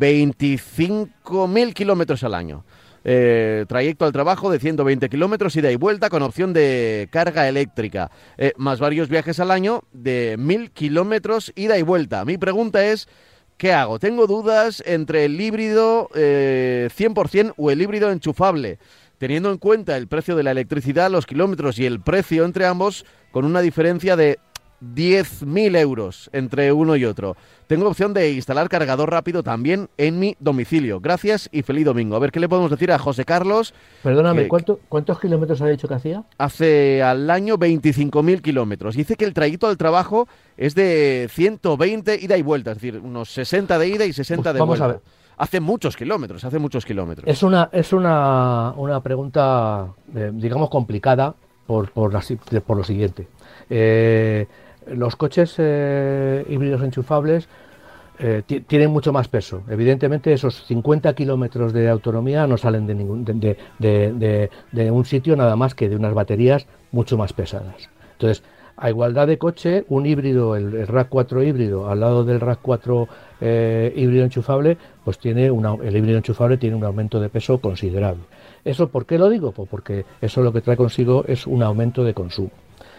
veinticinco mil kilómetros al año. Eh, trayecto al trabajo de ciento veinte kilómetros, ida y vuelta, con opción de carga eléctrica. Eh, más varios viajes al año de mil kilómetros, ida y vuelta. Mi pregunta es, ¿qué hago? Tengo dudas entre el híbrido eh, cien por ciento o el híbrido enchufable, teniendo en cuenta el precio de la electricidad, los kilómetros y el precio entre ambos, con una diferencia de diez mil euros entre uno y otro. Tengo opción de instalar cargador rápido también en mi domicilio. Gracias y feliz domingo. A ver, ¿qué le podemos decir a José Carlos? Perdóname, que, ¿cuánto, ¿cuántos kilómetros ha dicho que hacía? Hace al año veinticinco mil kilómetros. Dice que el trayecto al trabajo es de ciento veinte ida y vuelta, es decir, unos sesenta de ida y sesenta pues de vamos vuelta. A ver. Hace muchos kilómetros, hace muchos kilómetros. Es una, es una, una pregunta, eh, digamos, complicada por, por, la, por lo siguiente. Eh... Los coches eh, híbridos enchufables eh, t- tienen mucho más peso. Evidentemente, esos cincuenta kilómetros de autonomía no salen de, ningún, de, de, de, de, de un sitio nada más que de unas baterías mucho más pesadas. Entonces, a igualdad de coche, un híbrido, el, el RAV cuatro híbrido, al lado del RAV cuatro eh, híbrido enchufable, pues tiene una, el híbrido enchufable tiene un aumento de peso considerable. ¿Eso por qué lo digo? Pues porque eso lo que trae consigo es un aumento de consumo.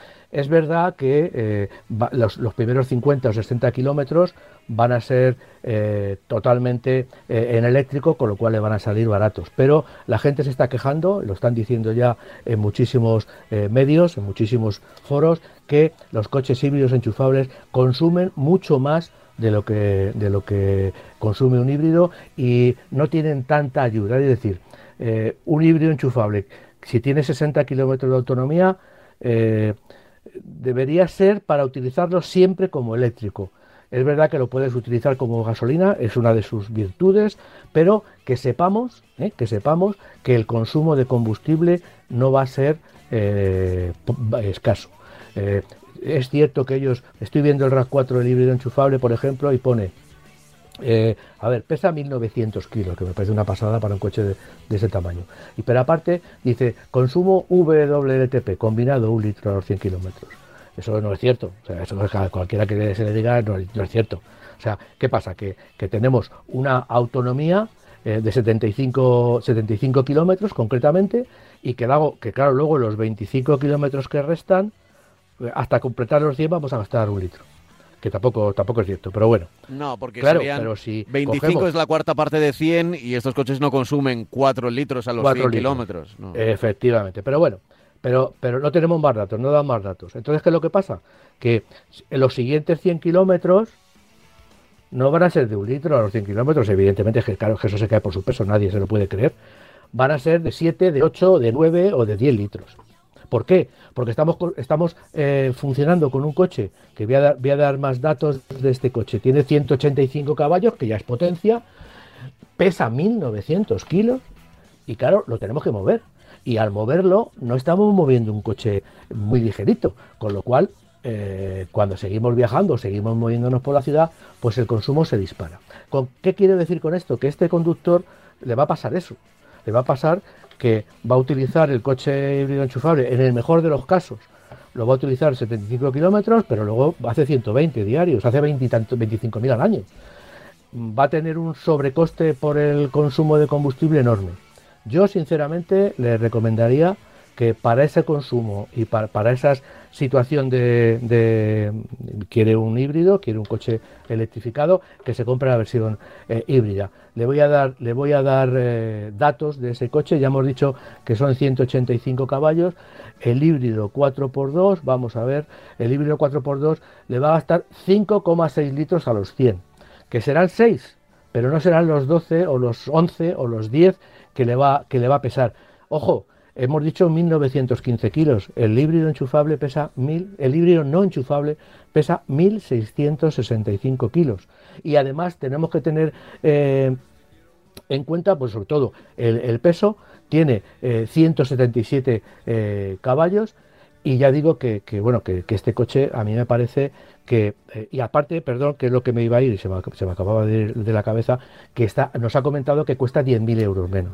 Es verdad que eh, va, los, los primeros cincuenta o sesenta kilómetros van a ser eh, totalmente eh, en eléctrico, con lo cual le van a salir baratos. Pero la gente se está quejando, lo están diciendo ya en muchísimos eh, medios, en muchísimos foros, que los coches híbridos enchufables consumen mucho más de lo que, de lo que consume un híbrido y no tienen tanta ayuda. Es decir, eh, un híbrido enchufable, si tiene sesenta kilómetros de autonomía, eh, debería ser para utilizarlo siempre como eléctrico. Es verdad que lo puedes utilizar como gasolina, es una de sus virtudes, pero que sepamos, ¿eh? que sepamos que el consumo de combustible no va a ser eh, escaso. Eh, es cierto que ellos, estoy viendo el RAV cuatro, el híbrido enchufable, por ejemplo, y pone, eh, a ver, pesa mil novecientos kilos, que me parece una pasada para un coche de, de ese tamaño. Y pero aparte dice, consumo W L T P, combinado un litro a los cien kilómetros. Eso no es cierto, o sea, eso a cualquiera que se le diga no, no es cierto. O sea, ¿qué pasa? Que, que tenemos una autonomía eh, de setenta y cinco kilómetros concretamente, y que, hago, que claro, luego los veinticinco kilómetros que restan, hasta completar los cien vamos a gastar un litro. Que tampoco tampoco es cierto, pero bueno. No, porque claro, serían pero si veinticinco cogemos, es la cuarta parte de cien y estos coches no consumen cuatro litros a los cien kilómetros. No. Efectivamente, pero bueno, pero pero no tenemos más datos, no dan más datos. Entonces, ¿qué es lo que pasa? Que en los siguientes cien kilómetros no van a ser de un litro a los cien kilómetros, evidentemente, que claro, que eso se cae por su peso, nadie se lo puede creer. Van a ser de siete, de ocho, de nueve o de diez litros. ¿Por qué? Porque estamos, estamos eh, funcionando con un coche, que voy a, dar, voy a dar más datos de este coche. Tiene ciento ochenta y cinco caballos, que ya es potencia, pesa mil novecientos kilos y claro, lo tenemos que mover. Y al moverlo no estamos moviendo un coche muy ligerito, con lo cual eh, cuando seguimos viajando, seguimos moviéndonos por la ciudad, pues el consumo se dispara. ¿Con qué quiere decir con esto? Que este conductor le va a pasar eso, le va a pasar que va a utilizar el coche híbrido enchufable, en el mejor de los casos, lo va a utilizar setenta y cinco kilómetros, pero luego hace ciento veinte diarios, hace veinticinco mil al año. Va a tener un sobrecoste por el consumo de combustible enorme. Yo, sinceramente, le recomendaría que para ese consumo y para, para esa situación de, de quiere un híbrido, quiere un coche electrificado, que se compre la versión eh, híbrida. Le voy a dar, le voy a dar eh, datos de ese coche. Ya hemos dicho que son ciento ochenta y cinco caballos. El híbrido cuatro por dos, vamos a ver, el híbrido cuatro por dos le va a gastar cinco coma seis litros a los cien, que serán seis, pero no serán los doce o los once o los diez que le va, que le va a pesar. Ojo, hemos dicho mil novecientos quince kilos. El híbrido enchufable pesa mil, el híbrido no enchufable pesa mil seiscientos sesenta y cinco kilos. Y además tenemos que tener eh, en cuenta, pues sobre todo, el, el peso. Tiene eh, ciento setenta y siete eh, caballos. Y ya digo que, que bueno, que, que este coche a mí me parece que, eh, y aparte, perdón, que es lo que me iba a ir y se me, se me acababa de ir de la cabeza, que está, nos ha comentado que cuesta diez mil euros menos.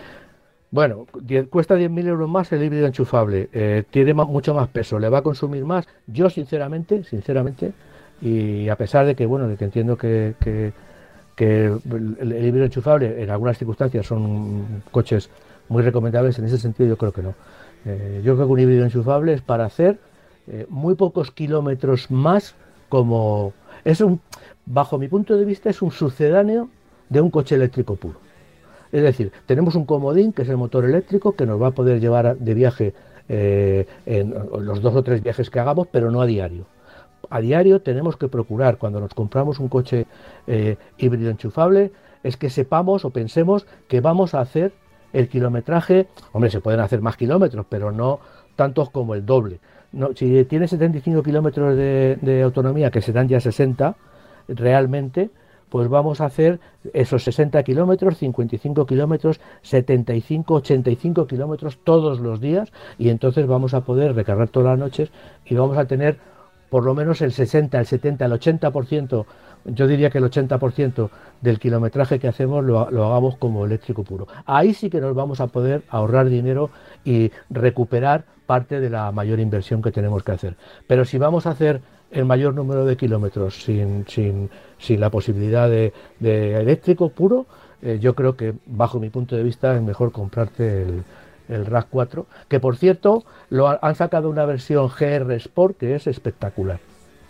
Bueno, diez, cuesta diez mil euros más el híbrido enchufable, eh, tiene más, mucho más peso, le va a consumir más. Yo sinceramente, sinceramente, y a pesar de que, bueno, de que entiendo que, que, que el, el híbrido enchufable en algunas circunstancias son coches muy recomendables, en ese sentido yo creo que no. Eh, yo creo que un híbrido enchufable es para hacer eh, muy pocos kilómetros más, como es un, bajo mi punto de vista, es un sucedáneo de un coche eléctrico puro. Es decir, tenemos un comodín que es el motor eléctrico que nos va a poder llevar de viaje eh, en los dos o tres viajes que hagamos, pero no a diario. A diario tenemos que procurar, cuando nos compramos un coche eh, híbrido enchufable, es que sepamos o pensemos que vamos a hacer el kilometraje. Hombre, se pueden hacer más kilómetros, pero no tantos como el doble. No, si tiene setenta y cinco kilómetros de, de autonomía, que serán ya sesenta, realmente, pues vamos a hacer esos sesenta kilómetros, cincuenta y cinco kilómetros, setenta y cinco, ochenta y cinco kilómetros todos los días, y entonces vamos a poder recargar todas las noches y vamos a tener por lo menos el sesenta, el setenta, el ochenta por ciento. Yo diría que el ochenta por ciento del kilometraje que hacemos lo, lo hagamos como eléctrico puro. Ahí sí que nos vamos a poder ahorrar dinero y recuperar parte de la mayor inversión que tenemos que hacer. Pero si vamos a hacer el mayor número de kilómetros sin, sin, sin la posibilidad de, de eléctrico puro, eh, yo creo que bajo mi punto de vista es mejor comprarte el, el RAV cuatro, que por cierto lo han sacado una versión G R Sport que es espectacular.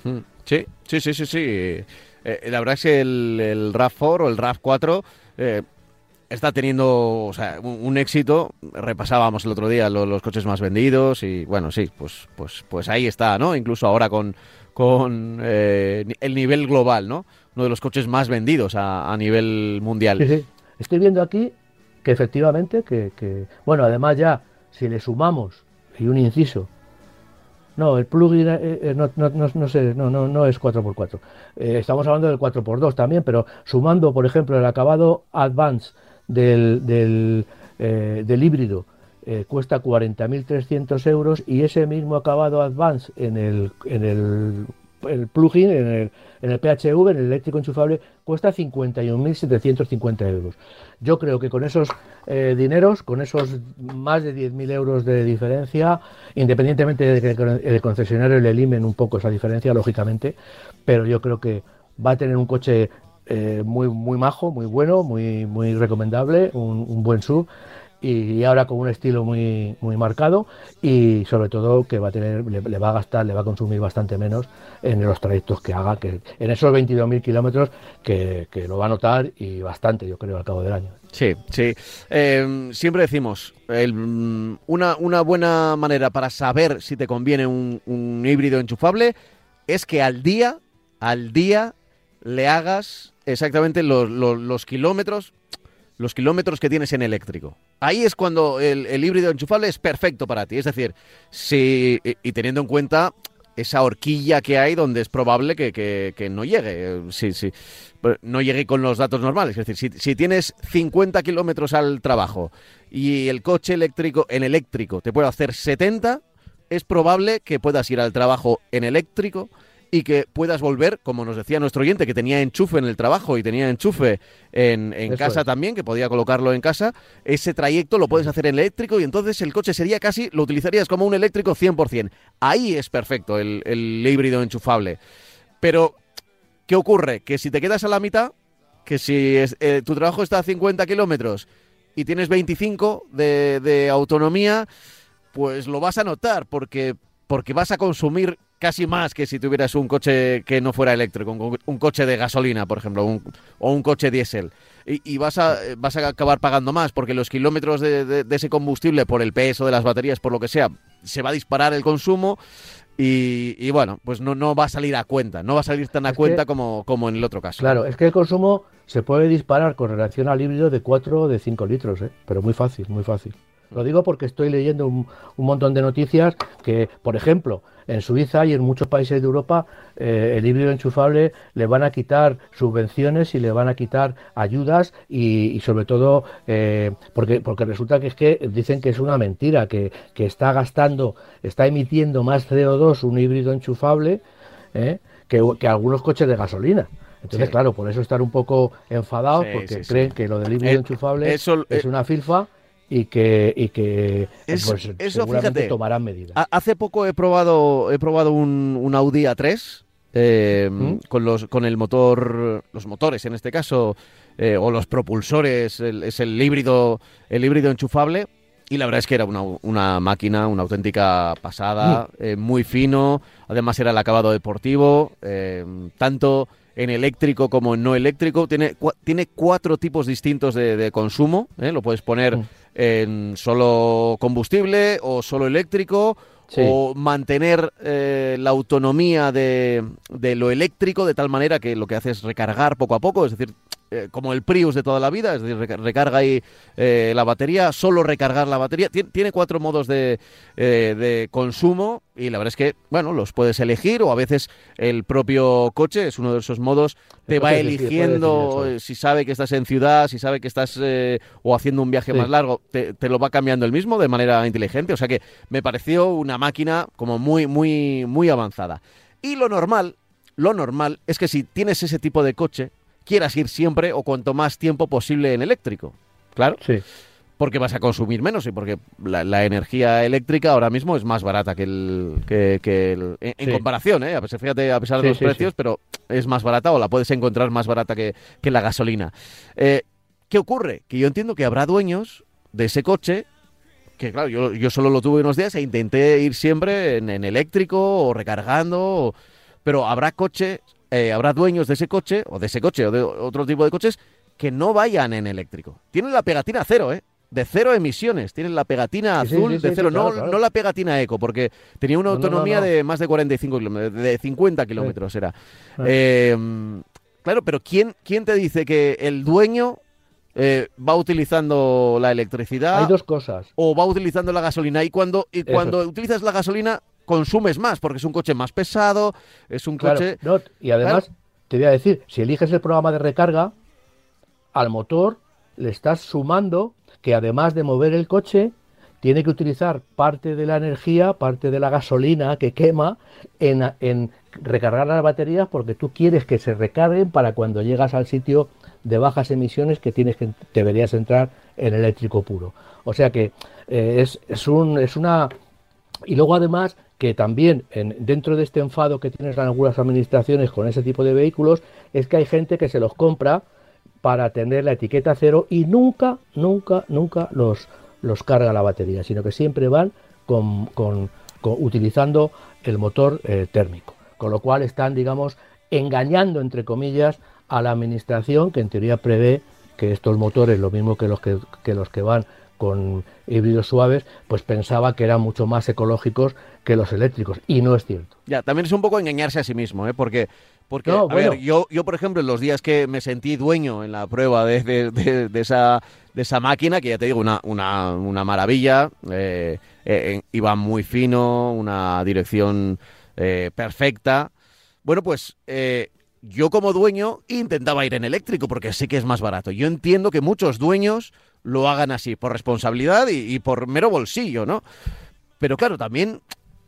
Sí, sí, sí, sí, sí. Eh, la verdad es que el, el RAV cuatro o el RAV cuatro eh, está teniendo, o sea, un, un éxito. Repasábamos el otro día lo, los coches más vendidos y bueno, sí, pues, pues, pues ahí está, ¿no? Incluso ahora con, con eh, el nivel global, ¿no? Uno de los coches más vendidos a, a nivel mundial. Sí, sí. Estoy viendo aquí que efectivamente, que, que bueno, además ya, si le sumamos, y un inciso, no, el plug-in eh, eh, no, no, no, no, sé, no, no, no es cuatro por cuatro. Eh, estamos hablando del cuatro por dos también, pero sumando, por ejemplo, el acabado Advance del, del, eh, del híbrido, eh, cuesta cuarenta mil trescientos euros, y ese mismo acabado Advance en el, en el, el plug-in, en el, en el P H E V, en el eléctrico enchufable, cuesta cincuenta y un mil setecientos cincuenta euros. Yo creo que con esos eh, dineros, con esos más de diez mil euros de diferencia, independientemente de que el concesionario le limen un poco esa diferencia, lógicamente, pero yo creo que va a tener un coche eh, muy, muy majo, muy bueno, muy, muy recomendable, un, un buen S U V, y ahora con un estilo muy, muy marcado, y sobre todo que va a tener, le, le va a gastar, le va a consumir bastante menos en los trayectos que haga, que en esos veintidós mil kilómetros que, que lo va a notar, y bastante, yo creo, al cabo del año. Sí, sí. Eh, siempre decimos, el, una, una buena manera para saber si te conviene un, un híbrido enchufable es que al día, al día le hagas exactamente los, los, los kilómetros, los kilómetros que tienes en eléctrico. Ahí es cuando el, el híbrido enchufable es perfecto para ti. Es decir, si, y, y teniendo en cuenta esa horquilla que hay donde es probable que, que, que no llegue, sí, sí, no llegue con los datos normales. Es decir, si, si tienes cincuenta kilómetros al trabajo y el coche eléctrico en eléctrico te puede hacer setenta, es probable que puedas ir al trabajo en eléctrico y que puedas volver, como nos decía nuestro oyente, que tenía enchufe en el trabajo y tenía enchufe en, en casa es. también, que podía colocarlo en casa, ese trayecto lo puedes hacer en eléctrico y entonces el coche sería casi, lo utilizarías como un eléctrico cien por ciento. Ahí es perfecto el, el híbrido enchufable. Pero, ¿qué ocurre? Que si te quedas a la mitad, que si es, eh, tu trabajo está a cincuenta kilómetros y tienes veinticinco de, de autonomía, pues lo vas a notar, porque, porque vas a consumir casi más que si tuvieras un coche que no fuera eléctrico, un, un coche de gasolina, por ejemplo, un, o un coche diésel. Y, y vas a vas a acabar pagando más, porque los kilómetros de, de, de ese combustible, por el peso de las baterías, por lo que sea, se va a disparar el consumo y, y bueno, pues no, no va a salir a cuenta, no va a salir tan a es cuenta que, como, como en el otro caso. Claro, es que el consumo se puede disparar con relación al híbrido de cuatro o de cinco litros, ¿eh? Pero muy fácil, muy fácil. Lo digo porque estoy leyendo un, un montón de noticias que, por ejemplo, en Suiza y en muchos países de Europa, eh, el híbrido enchufable le van a quitar subvenciones y le van a quitar ayudas y, y sobre todo, eh, porque, porque resulta que es que dicen que es una mentira, que, que está gastando, está emitiendo más C O dos un híbrido enchufable eh, que, que algunos coches de gasolina. Entonces, sí. claro, por eso están un poco enfadados, sí, porque sí, creen sí. que lo del híbrido eh, enchufable eso, es eh, una filfa y que, y que es, pues, eso, seguramente fíjate, tomarán medidas. Hace poco he probado he probado un, un Audi A tres eh, ¿Mm? con los con el motor, los motores en este caso, eh, o los propulsores, el, es el híbrido el híbrido enchufable. Y la verdad es que era una, una máquina, una auténtica pasada, mm. eh, muy fino. Además era el acabado deportivo, eh, tanto en eléctrico como en no eléctrico. Tiene, cu- tiene cuatro tipos distintos de, de consumo. ¿eh? Lo puedes poner mm. en solo combustible o solo eléctrico. Sí. O mantener eh, la autonomía de, de lo eléctrico de tal manera que lo que hace es recargar poco a poco, es decir, eh, como el Prius de toda la vida, es decir, recarga ahí eh, la batería, solo recargar la batería. Tien, tiene cuatro modos de, eh, de consumo y la verdad es que, bueno, los puedes elegir o a veces el propio coche es uno de esos modos, te va eligiendo si sabe que estás en ciudad, si sabe que estás eh, o haciendo un viaje sí. más largo, te, te lo va cambiando el mismo de manera inteligente, o sea que me pareció una máquina como muy, muy, muy avanzada. Y lo normal, lo normal es que si tienes ese tipo de coche, quieras ir siempre o cuanto más tiempo posible en eléctrico. Claro. Sí. Porque vas a consumir menos y porque la, la energía eléctrica ahora mismo es más barata que el que, que el, en, en sí. comparación, ¿eh? A pesar, fíjate, a pesar de sí, los sí, precios, sí. pero es más barata o la puedes encontrar más barata que, que la gasolina. Eh, ¿Qué ocurre? Que yo entiendo que habrá dueños de ese coche que, claro, yo, yo solo lo tuve unos días e intenté ir siempre en, en eléctrico o recargando, o, pero habrá coche, eh, habrá dueños de ese coche o de ese coche o de otro tipo de coches que no vayan en eléctrico. Tienen la pegatina cero, ¿eh? De cero emisiones, tienen la pegatina sí, azul sí, sí, de cero, sí, claro, no, claro. no la pegatina eco, porque tenía una autonomía no, no, no, no. de más de cuarenta y cinco kilómetros, de cincuenta kilómetros sí. era. Sí. Eh, claro, pero ¿quién, ¿quién te dice que el dueño eh, va utilizando la electricidad? Hay dos cosas. O va utilizando la gasolina, y cuando, y cuando utilizas la gasolina consumes más, porque es un coche más pesado, es un claro, coche... No, y además, claro. te voy a decir, si eliges el programa de recarga, al motor le estás sumando que además de mover el coche, tiene que utilizar parte de la energía, parte de la gasolina que quema en, en recargar las baterías, porque tú quieres que se recarguen para cuando llegas al sitio de bajas emisiones que tienes que deberías entrar en eléctrico puro. O sea que eh, es, es, un, es una... Y luego además que también en, dentro de este enfado que tienen algunas administraciones con ese tipo de vehículos, es que hay gente que se los compra para tener la etiqueta cero y nunca, nunca, nunca los, los carga la batería, sino que siempre van con, con, con utilizando el motor eh, térmico. Con lo cual están, digamos, engañando, entre comillas, a la administración, que en teoría prevé que estos motores, lo mismo que los que, que los que van con híbridos suaves, pues pensaba que eran mucho más ecológicos que los eléctricos, y no es cierto. Ya, también es un poco engañarse a sí mismo, ¿eh? Porque... Porque, no, a bueno. ver, yo, yo, por ejemplo, en los días que me sentí dueño en la prueba de, de, de, de, esa, de esa máquina, que ya te digo, una, una, una maravilla, eh, eh, iba muy fino, una dirección eh, perfecta. Bueno, pues eh, yo como dueño intentaba ir en eléctrico porque sé que es más barato. Yo entiendo que muchos dueños lo hagan así, por responsabilidad y, y por mero bolsillo, ¿no? Pero claro, también...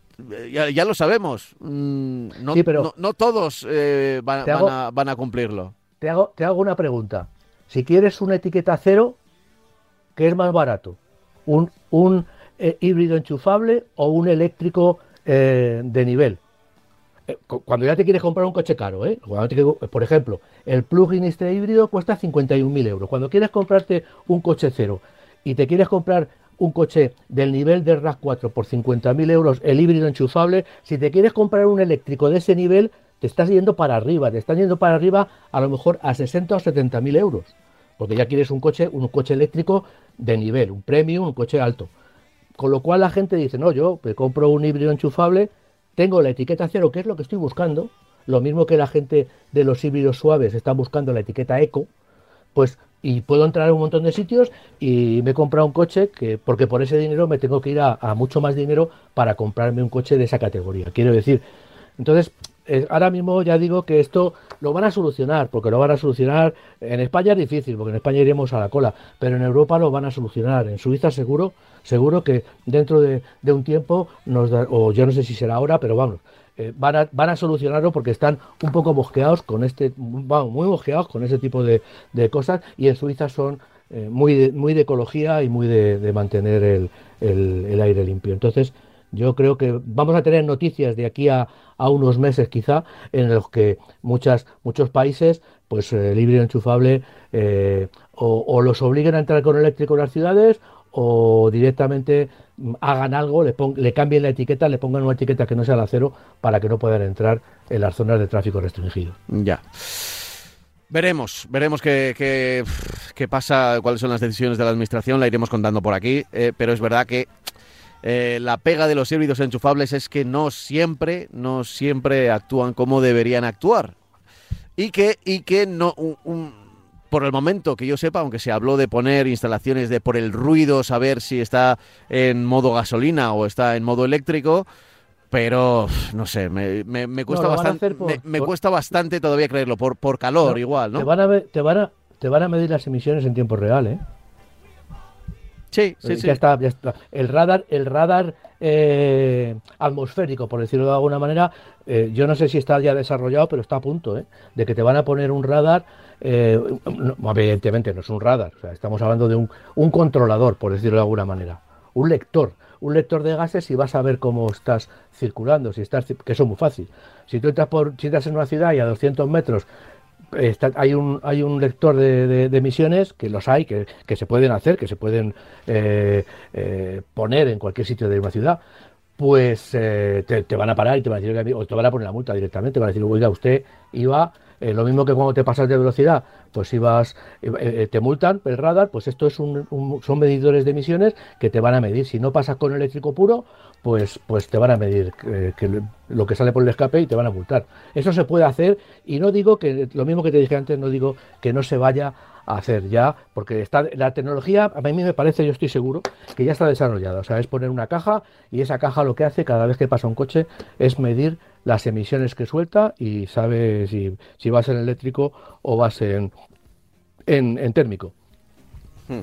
Ya, ya lo sabemos, mm, no, sí, pero no, no todos eh, van, hago, van, a, van a cumplirlo. Te hago, te hago una pregunta. Si quieres una etiqueta cero, ¿qué es más barato? ¿Un, un eh, híbrido enchufable o un eléctrico eh, de nivel? Eh, cuando ya te quieres comprar un coche caro, ¿eh? Cuando te quieres, por ejemplo, el plug-in este híbrido cuesta cincuenta y un mil euros. Cuando quieres comprarte un coche cero y te quieres comprar un coche del nivel de RAV cuatro por cincuenta mil euros, el híbrido enchufable, si te quieres comprar un eléctrico de ese nivel, te estás yendo para arriba, te están yendo para arriba a lo mejor a sesenta o setenta mil euros, porque ya quieres un coche, un coche eléctrico de nivel, un premium, un coche alto. Con lo cual la gente dice, no, yo me compro un híbrido enchufable, tengo la etiqueta cero, que es lo que estoy buscando, lo mismo que la gente de los híbridos suaves está buscando la etiqueta eco, pues y puedo entrar en un montón de sitios y me he comprado un coche que, porque por ese dinero me tengo que ir a, a mucho más dinero para comprarme un coche de esa categoría. Quiero decir, entonces, eh, ahora mismo ya digo que esto lo van a solucionar, porque lo van a solucionar. En España es difícil, porque en España iremos a la cola, pero en Europa lo van a solucionar. En Suiza seguro, seguro que dentro de, de un tiempo, nos da, o yo no sé si será ahora, pero vamos, eh, van, a, van a solucionarlo porque están un poco mosqueados con este, vamos, muy mosqueados con ese tipo de, de cosas, y en Suiza son eh, muy, de, muy de ecología y muy de, de mantener el, el, el aire limpio. Entonces, yo creo que vamos a tener noticias de aquí a, a unos meses quizá, en los que muchas, muchos países, pues el eh, híbrido enchufable eh, o, o los obliguen a entrar con eléctrico en las ciudades, o directamente hagan algo, le, pon, le cambien la etiqueta, le pongan una etiqueta que no sea el acero para que no puedan entrar en las zonas de tráfico restringido. Ya. Veremos, veremos qué, qué, qué pasa, cuáles son las decisiones de la Administración, la iremos contando por aquí, eh, pero es verdad que eh, la pega de los híbridos enchufables es que no siempre, no siempre actúan como deberían actuar. Y que, y que no... Un, un, por el momento, que yo sepa, aunque se habló de poner instalaciones de por el ruido, saber si está en modo gasolina o está en modo eléctrico, pero no sé, me, me, me cuesta no, bastante por, me, me por... cuesta bastante todavía creerlo, por, por calor no, igual, ¿no? Te van, a, te, van a, te van a medir las emisiones en tiempo real, ¿eh? Sí, sí, ya sí. Está, ya está. El radar, el radar eh, atmosférico, por decirlo de alguna manera, eh, yo no sé si está ya desarrollado, pero está a punto, ¿eh? De que te van a poner un radar, eh, no, evidentemente no es un radar, o sea, estamos hablando de un, un controlador, por decirlo de alguna manera, un lector, un lector de gases, y vas a ver cómo estás circulando, si estás, que eso es muy fácil. Si tú entras por, si estás en una ciudad y a doscientos metros Está, hay un hay un lector de, de, de emisiones, que los hay, que, que se pueden hacer, que se pueden eh, eh, poner en cualquier sitio de una ciudad, pues eh, te, te van a parar y te van a decir, o te van a poner la multa directamente, te van a decir, oiga, usted iba, eh, lo mismo que cuando te pasas de velocidad, pues ibas, eh, te multan el radar, pues esto es un, un, son medidores de emisiones que te van a medir. Si no pasas con eléctrico puro, pues, pues te van a medir eh, que lo que sale por el escape y te van a multar. Eso se puede hacer, y no digo que, lo mismo que te dije antes, no digo que no se vaya a hacer ya, porque está la tecnología, a mí me parece, yo estoy seguro, que ya está desarrollada. O sea, es poner una caja, y esa caja lo que hace cada vez que pasa un coche es medir las emisiones que suelta, y sabe si, si vas en eléctrico o vas en, en, en térmico. Hmm.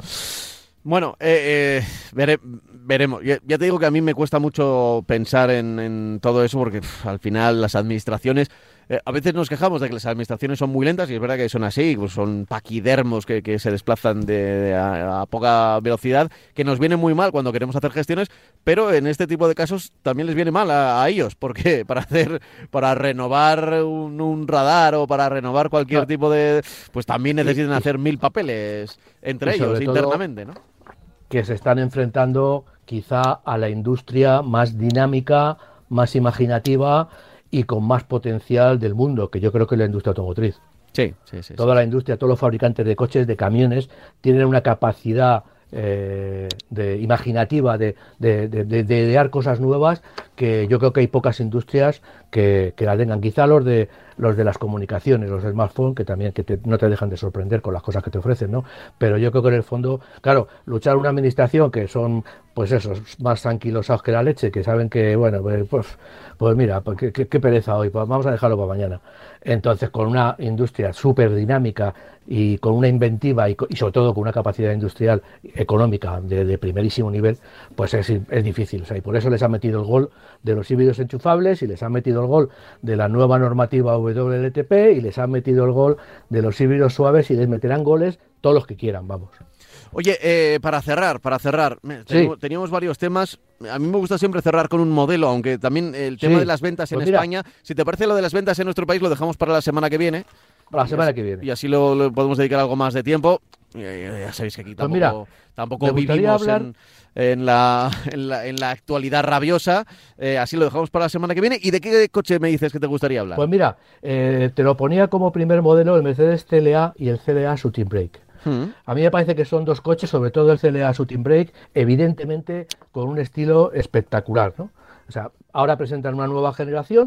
Bueno, eh, eh, vere, veremos. Ya, ya te digo que a mí me cuesta mucho pensar en, en todo eso, porque pff, al final las administraciones... Eh, a veces nos quejamos de que las administraciones son muy lentas, y es verdad que son así, pues son paquidermos que, que se desplazan de, de a, a poca velocidad, que nos viene muy mal cuando queremos hacer gestiones, pero en este tipo de casos también les viene mal a, a ellos, porque para hacer, para renovar un, un radar o para renovar cualquier no. tipo de... pues también necesitan hacer mil papeles entre ellos internamente, ¿no? Que se están enfrentando quizá a la industria más dinámica, más imaginativa y con más potencial del mundo, que yo creo que es la industria automotriz. Sí, sí, sí. Toda sí, la sí. industria, todos los fabricantes de coches, de camiones, tienen una capacidad eh, de, imaginativa de, de, de, de, de idear cosas nuevas, que yo creo que hay pocas industrias que, que la tengan. Quizá los de los de las comunicaciones, los smartphones, que también que te, no te dejan de sorprender con las cosas que te ofrecen, ¿no? Pero yo creo que en el fondo, claro, luchar una administración que son, pues esos, más anquilosados que la leche, que saben que, bueno, pues, pues, pues mira, pues, qué, qué pereza hoy, pues vamos a dejarlo para mañana. Entonces, con una industria súper dinámica y con una inventiva y, y sobre todo con una capacidad industrial económica de, de primerísimo nivel, pues es, es difícil. O sea, y por eso les han metido el gol de los híbridos enchufables, y les han metido el gol de la nueva normativa W L T P, y les han metido el gol de los híbridos suaves, y les meterán goles todos los que quieran, vamos. Oye, eh, para cerrar, para cerrar, teníamos, sí. teníamos varios temas. A mí me gusta siempre cerrar con un modelo, aunque también el tema sí. de las ventas en pues España, si te parece lo de las ventas en nuestro país, lo dejamos para la semana que viene. Para la semana así, que viene. Y así lo, lo podemos dedicar algo más de tiempo. Ya, ya sabéis que aquí tampoco, pues mira, tampoco vivimos hablar... en, en, la, en, la, en la actualidad rabiosa. Eh, así lo dejamos para la semana que viene. ¿Y de qué coche me dices que te gustaría hablar? Pues mira, eh, te lo ponía como primer modelo el Mercedes C L A y el C L A Shooting Brake. Hmm. A mí me parece que son dos coches, sobre todo el C L A Shooting Brake, evidentemente con un estilo espectacular, ¿no? O sea, ahora presentan una nueva generación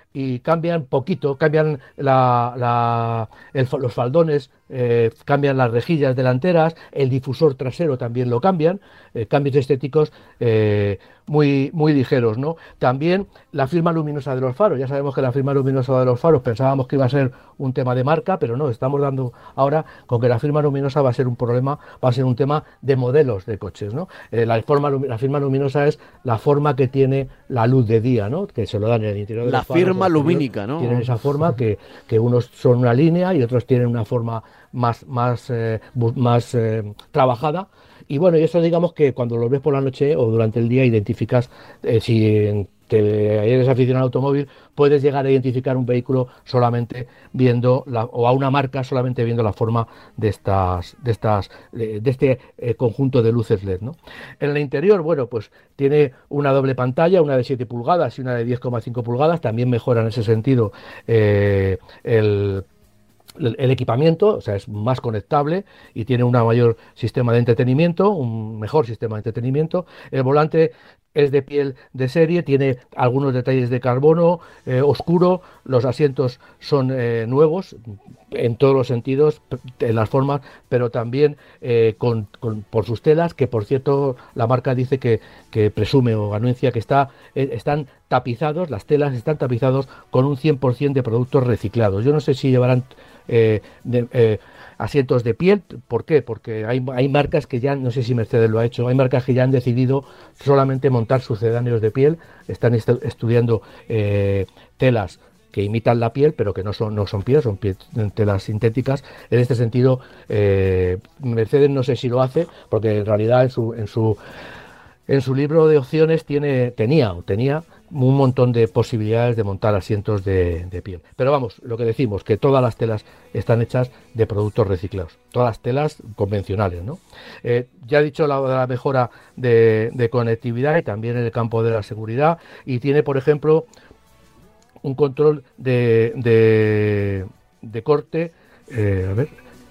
y cambian poquito, cambian la, la, el, los faldones, eh, cambian las rejillas delanteras, el difusor trasero también lo cambian, eh, cambios estéticos eh, muy, muy ligeros, ¿no? También la firma luminosa de los faros, ya sabemos que la firma luminosa de los faros pensábamos que iba a ser un tema de marca, pero no, estamos dando ahora con que la firma luminosa va a ser un problema, va a ser un tema de modelos de coches, ¿no? Eh, la, forma, la firma luminosa es la forma que tiene la luz de día, ¿no? Que se lo dan en el interior de la los faros. La firma lumínica, ¿no? Tienen esa forma que, que unos son una línea y otros tienen una forma más, más, eh, más eh, trabajada. Y bueno, y eso digamos que cuando los ves por la noche o durante el día identificas, eh, si te eres aficionado al automóvil, puedes llegar a identificar un vehículo solamente viendo, la, o a una marca solamente viendo la forma de estas, de estas, de, de este eh, conjunto de luces L E D, ¿no? En el interior, bueno, pues tiene una doble pantalla, una de siete pulgadas y una de diez coma cinco pulgadas, también mejora en ese sentido eh, el el equipamiento, o sea, es más conectable y tiene un mayor sistema de entretenimiento, un mejor sistema de entretenimiento. El volante es de piel de serie, tiene algunos detalles de carbono eh, oscuro, los asientos son eh, nuevos en todos los sentidos, en las formas, pero también eh, con, con, por sus telas, que por cierto la marca dice que, que presume o anuncia que está, eh, están tapizados, las telas están tapizados con un cien por ciento de productos reciclados. Yo no sé si llevarán Eh, de, eh, asientos de piel. ¿Por qué? Porque hay, hay marcas que ya, no sé si Mercedes lo ha hecho, hay marcas que ya han decidido solamente montar sucedáneos de piel, están est estudiando eh, telas que imitan la piel, pero que no son, no son piel, son piel, telas sintéticas. En este sentido, eh, Mercedes no sé si lo hace, porque en realidad en su, en su, en su libro de opciones tiene, tenía, tenía un montón de posibilidades de montar asientos de, de piel. Pero vamos, lo que decimos, que todas las telas están hechas de productos reciclados, todas las telas convencionales, ¿no? Eh, ya he dicho la, la mejora de, de conectividad y también en el campo de la seguridad, y tiene, por ejemplo, un control de, de, de corte, eh, a ver,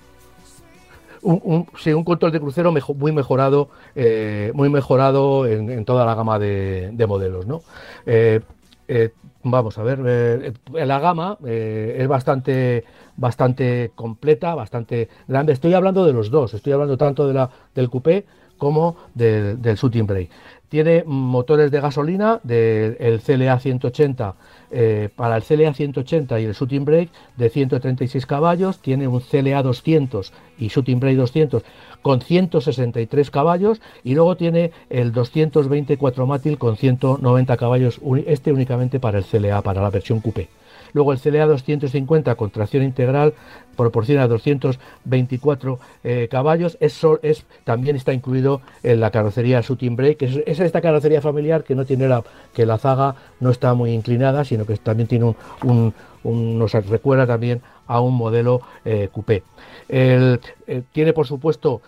Un, un, sí, un control de crucero mejor, muy mejorado, eh, muy mejorado en, en toda la gama de, de modelos, ¿no? Eh, eh, vamos a ver, eh, la gama eh, es bastante, bastante completa, bastante grande. Estoy hablando de los dos, estoy hablando tanto de la, del coupé como de, del Shooting Brake. Tiene motores de gasolina del C L A ciento ochenta, eh, para el C L A ciento ochenta y el Shooting Brake de ciento treinta y seis caballos, tiene un C L A doscientos y Shooting Brake doscientos con ciento sesenta y tres caballos, y luego tiene el doscientos veinte Quattromatic con ciento noventa caballos, este únicamente para el C L A, para la versión coupé. Luego el C L A doscientos cincuenta con tracción integral proporciona doscientos veinticuatro eh, caballos, eso es, también está incluido en la carrocería Shooting Brake, que es, es esta carrocería familiar que no tiene la, que la zaga no está muy inclinada, sino que también tiene un, un, un nos recuerda también a un modelo eh, coupé. El, eh, tiene por supuesto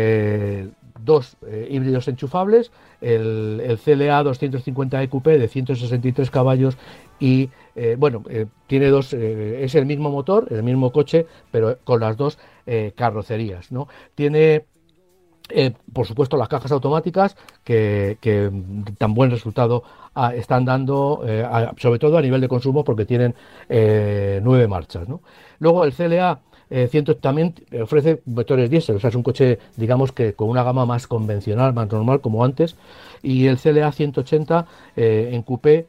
eh, dos eh, híbridos enchufables, el, el C L A doscientos cincuenta E Coupé de ciento sesenta y tres caballos y eh, bueno, eh, tiene dos, eh, es el mismo motor, el mismo coche, pero con las dos eh, carrocerías, ¿no? Tiene eh, por supuesto las cajas automáticas que, que tan buen resultado ah, están dando, eh, a, sobre todo a nivel de consumo, porque tienen eh, nueve marchas, ¿no? Luego el C L A Eh, cien, también ofrece motores diésel, o sea, es un coche, digamos que con una gama más convencional, más normal, como antes, y el C L A ciento ochenta eh, en coupé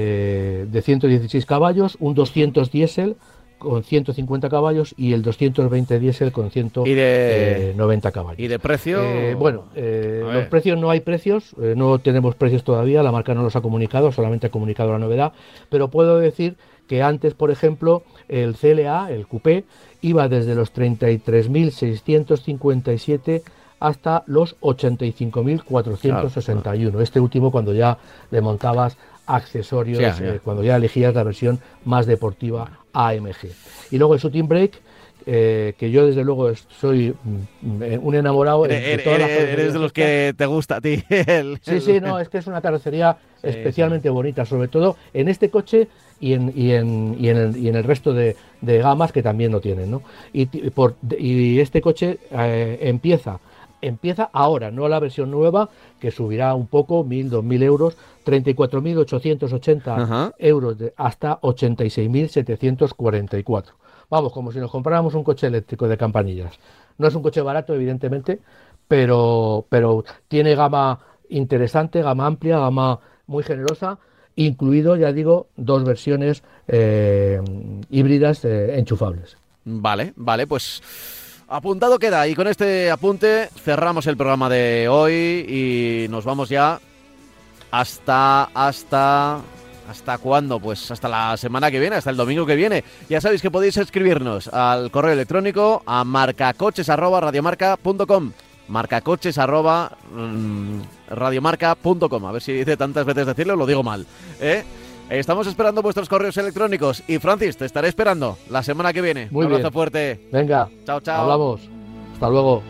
eh, de ciento dieciséis caballos, un doscientos diésel con ciento cincuenta caballos y el doscientos veinte diésel con ciento noventa caballos. ¿Y de precio? Eh, bueno, eh, los precios no hay precios, eh, no tenemos precios todavía, la marca no los ha comunicado, solamente ha comunicado la novedad, pero puedo decir que antes, por ejemplo, el C L A, el coupé, iba desde los treinta y tres mil seiscientos cincuenta y siete hasta los ochenta y cinco mil cuatrocientos sesenta y uno. Claro, claro. Este último cuando ya le montabas accesorios, sí, eh, cuando ya elegías la versión más deportiva A M G. Y luego el Shooting Brake, eh, que yo desde luego soy un enamorado. Eres, de todas eres, las eres de los que te gusta a ti. El, sí, sí, no, es que es una carrocería sí, especialmente sí. bonita, sobre todo en este coche y en, y en, y en, el, y en el resto de, de gamas que también lo tienen, ¿no? Y, por, y este coche eh, empieza empieza ahora, no la versión nueva, que subirá un poco, mil, dos mil euros, treinta y cuatro mil ochocientos ochenta Ajá. euros de, hasta ochenta y seis mil setecientos cuarenta y cuatro. Vamos, como si nos compráramos un coche eléctrico de campanillas. No es un coche barato, evidentemente, pero, pero tiene gama interesante, gama amplia, gama muy generosa, incluido, ya digo, dos versiones eh, híbridas eh, enchufables. Vale, vale, pues apuntado queda. Y con este apunte cerramos el programa de hoy y nos vamos ya hasta, hasta, ¿hasta cuándo? Pues hasta la semana que viene, hasta el domingo que viene. Ya sabéis que podéis escribirnos al correo electrónico a marcacoches arroba radiomarca punto com. marcacoches arroba radiomarca punto com. A ver si de tantas veces decirlo lo digo mal, ¿eh? Estamos esperando vuestros correos electrónicos y Francis, te estaré esperando la semana que viene. Muy Un abrazo bien. fuerte. Venga, chao, chao. Hablamos. Hasta luego.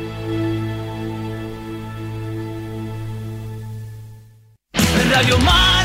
Radio Mar.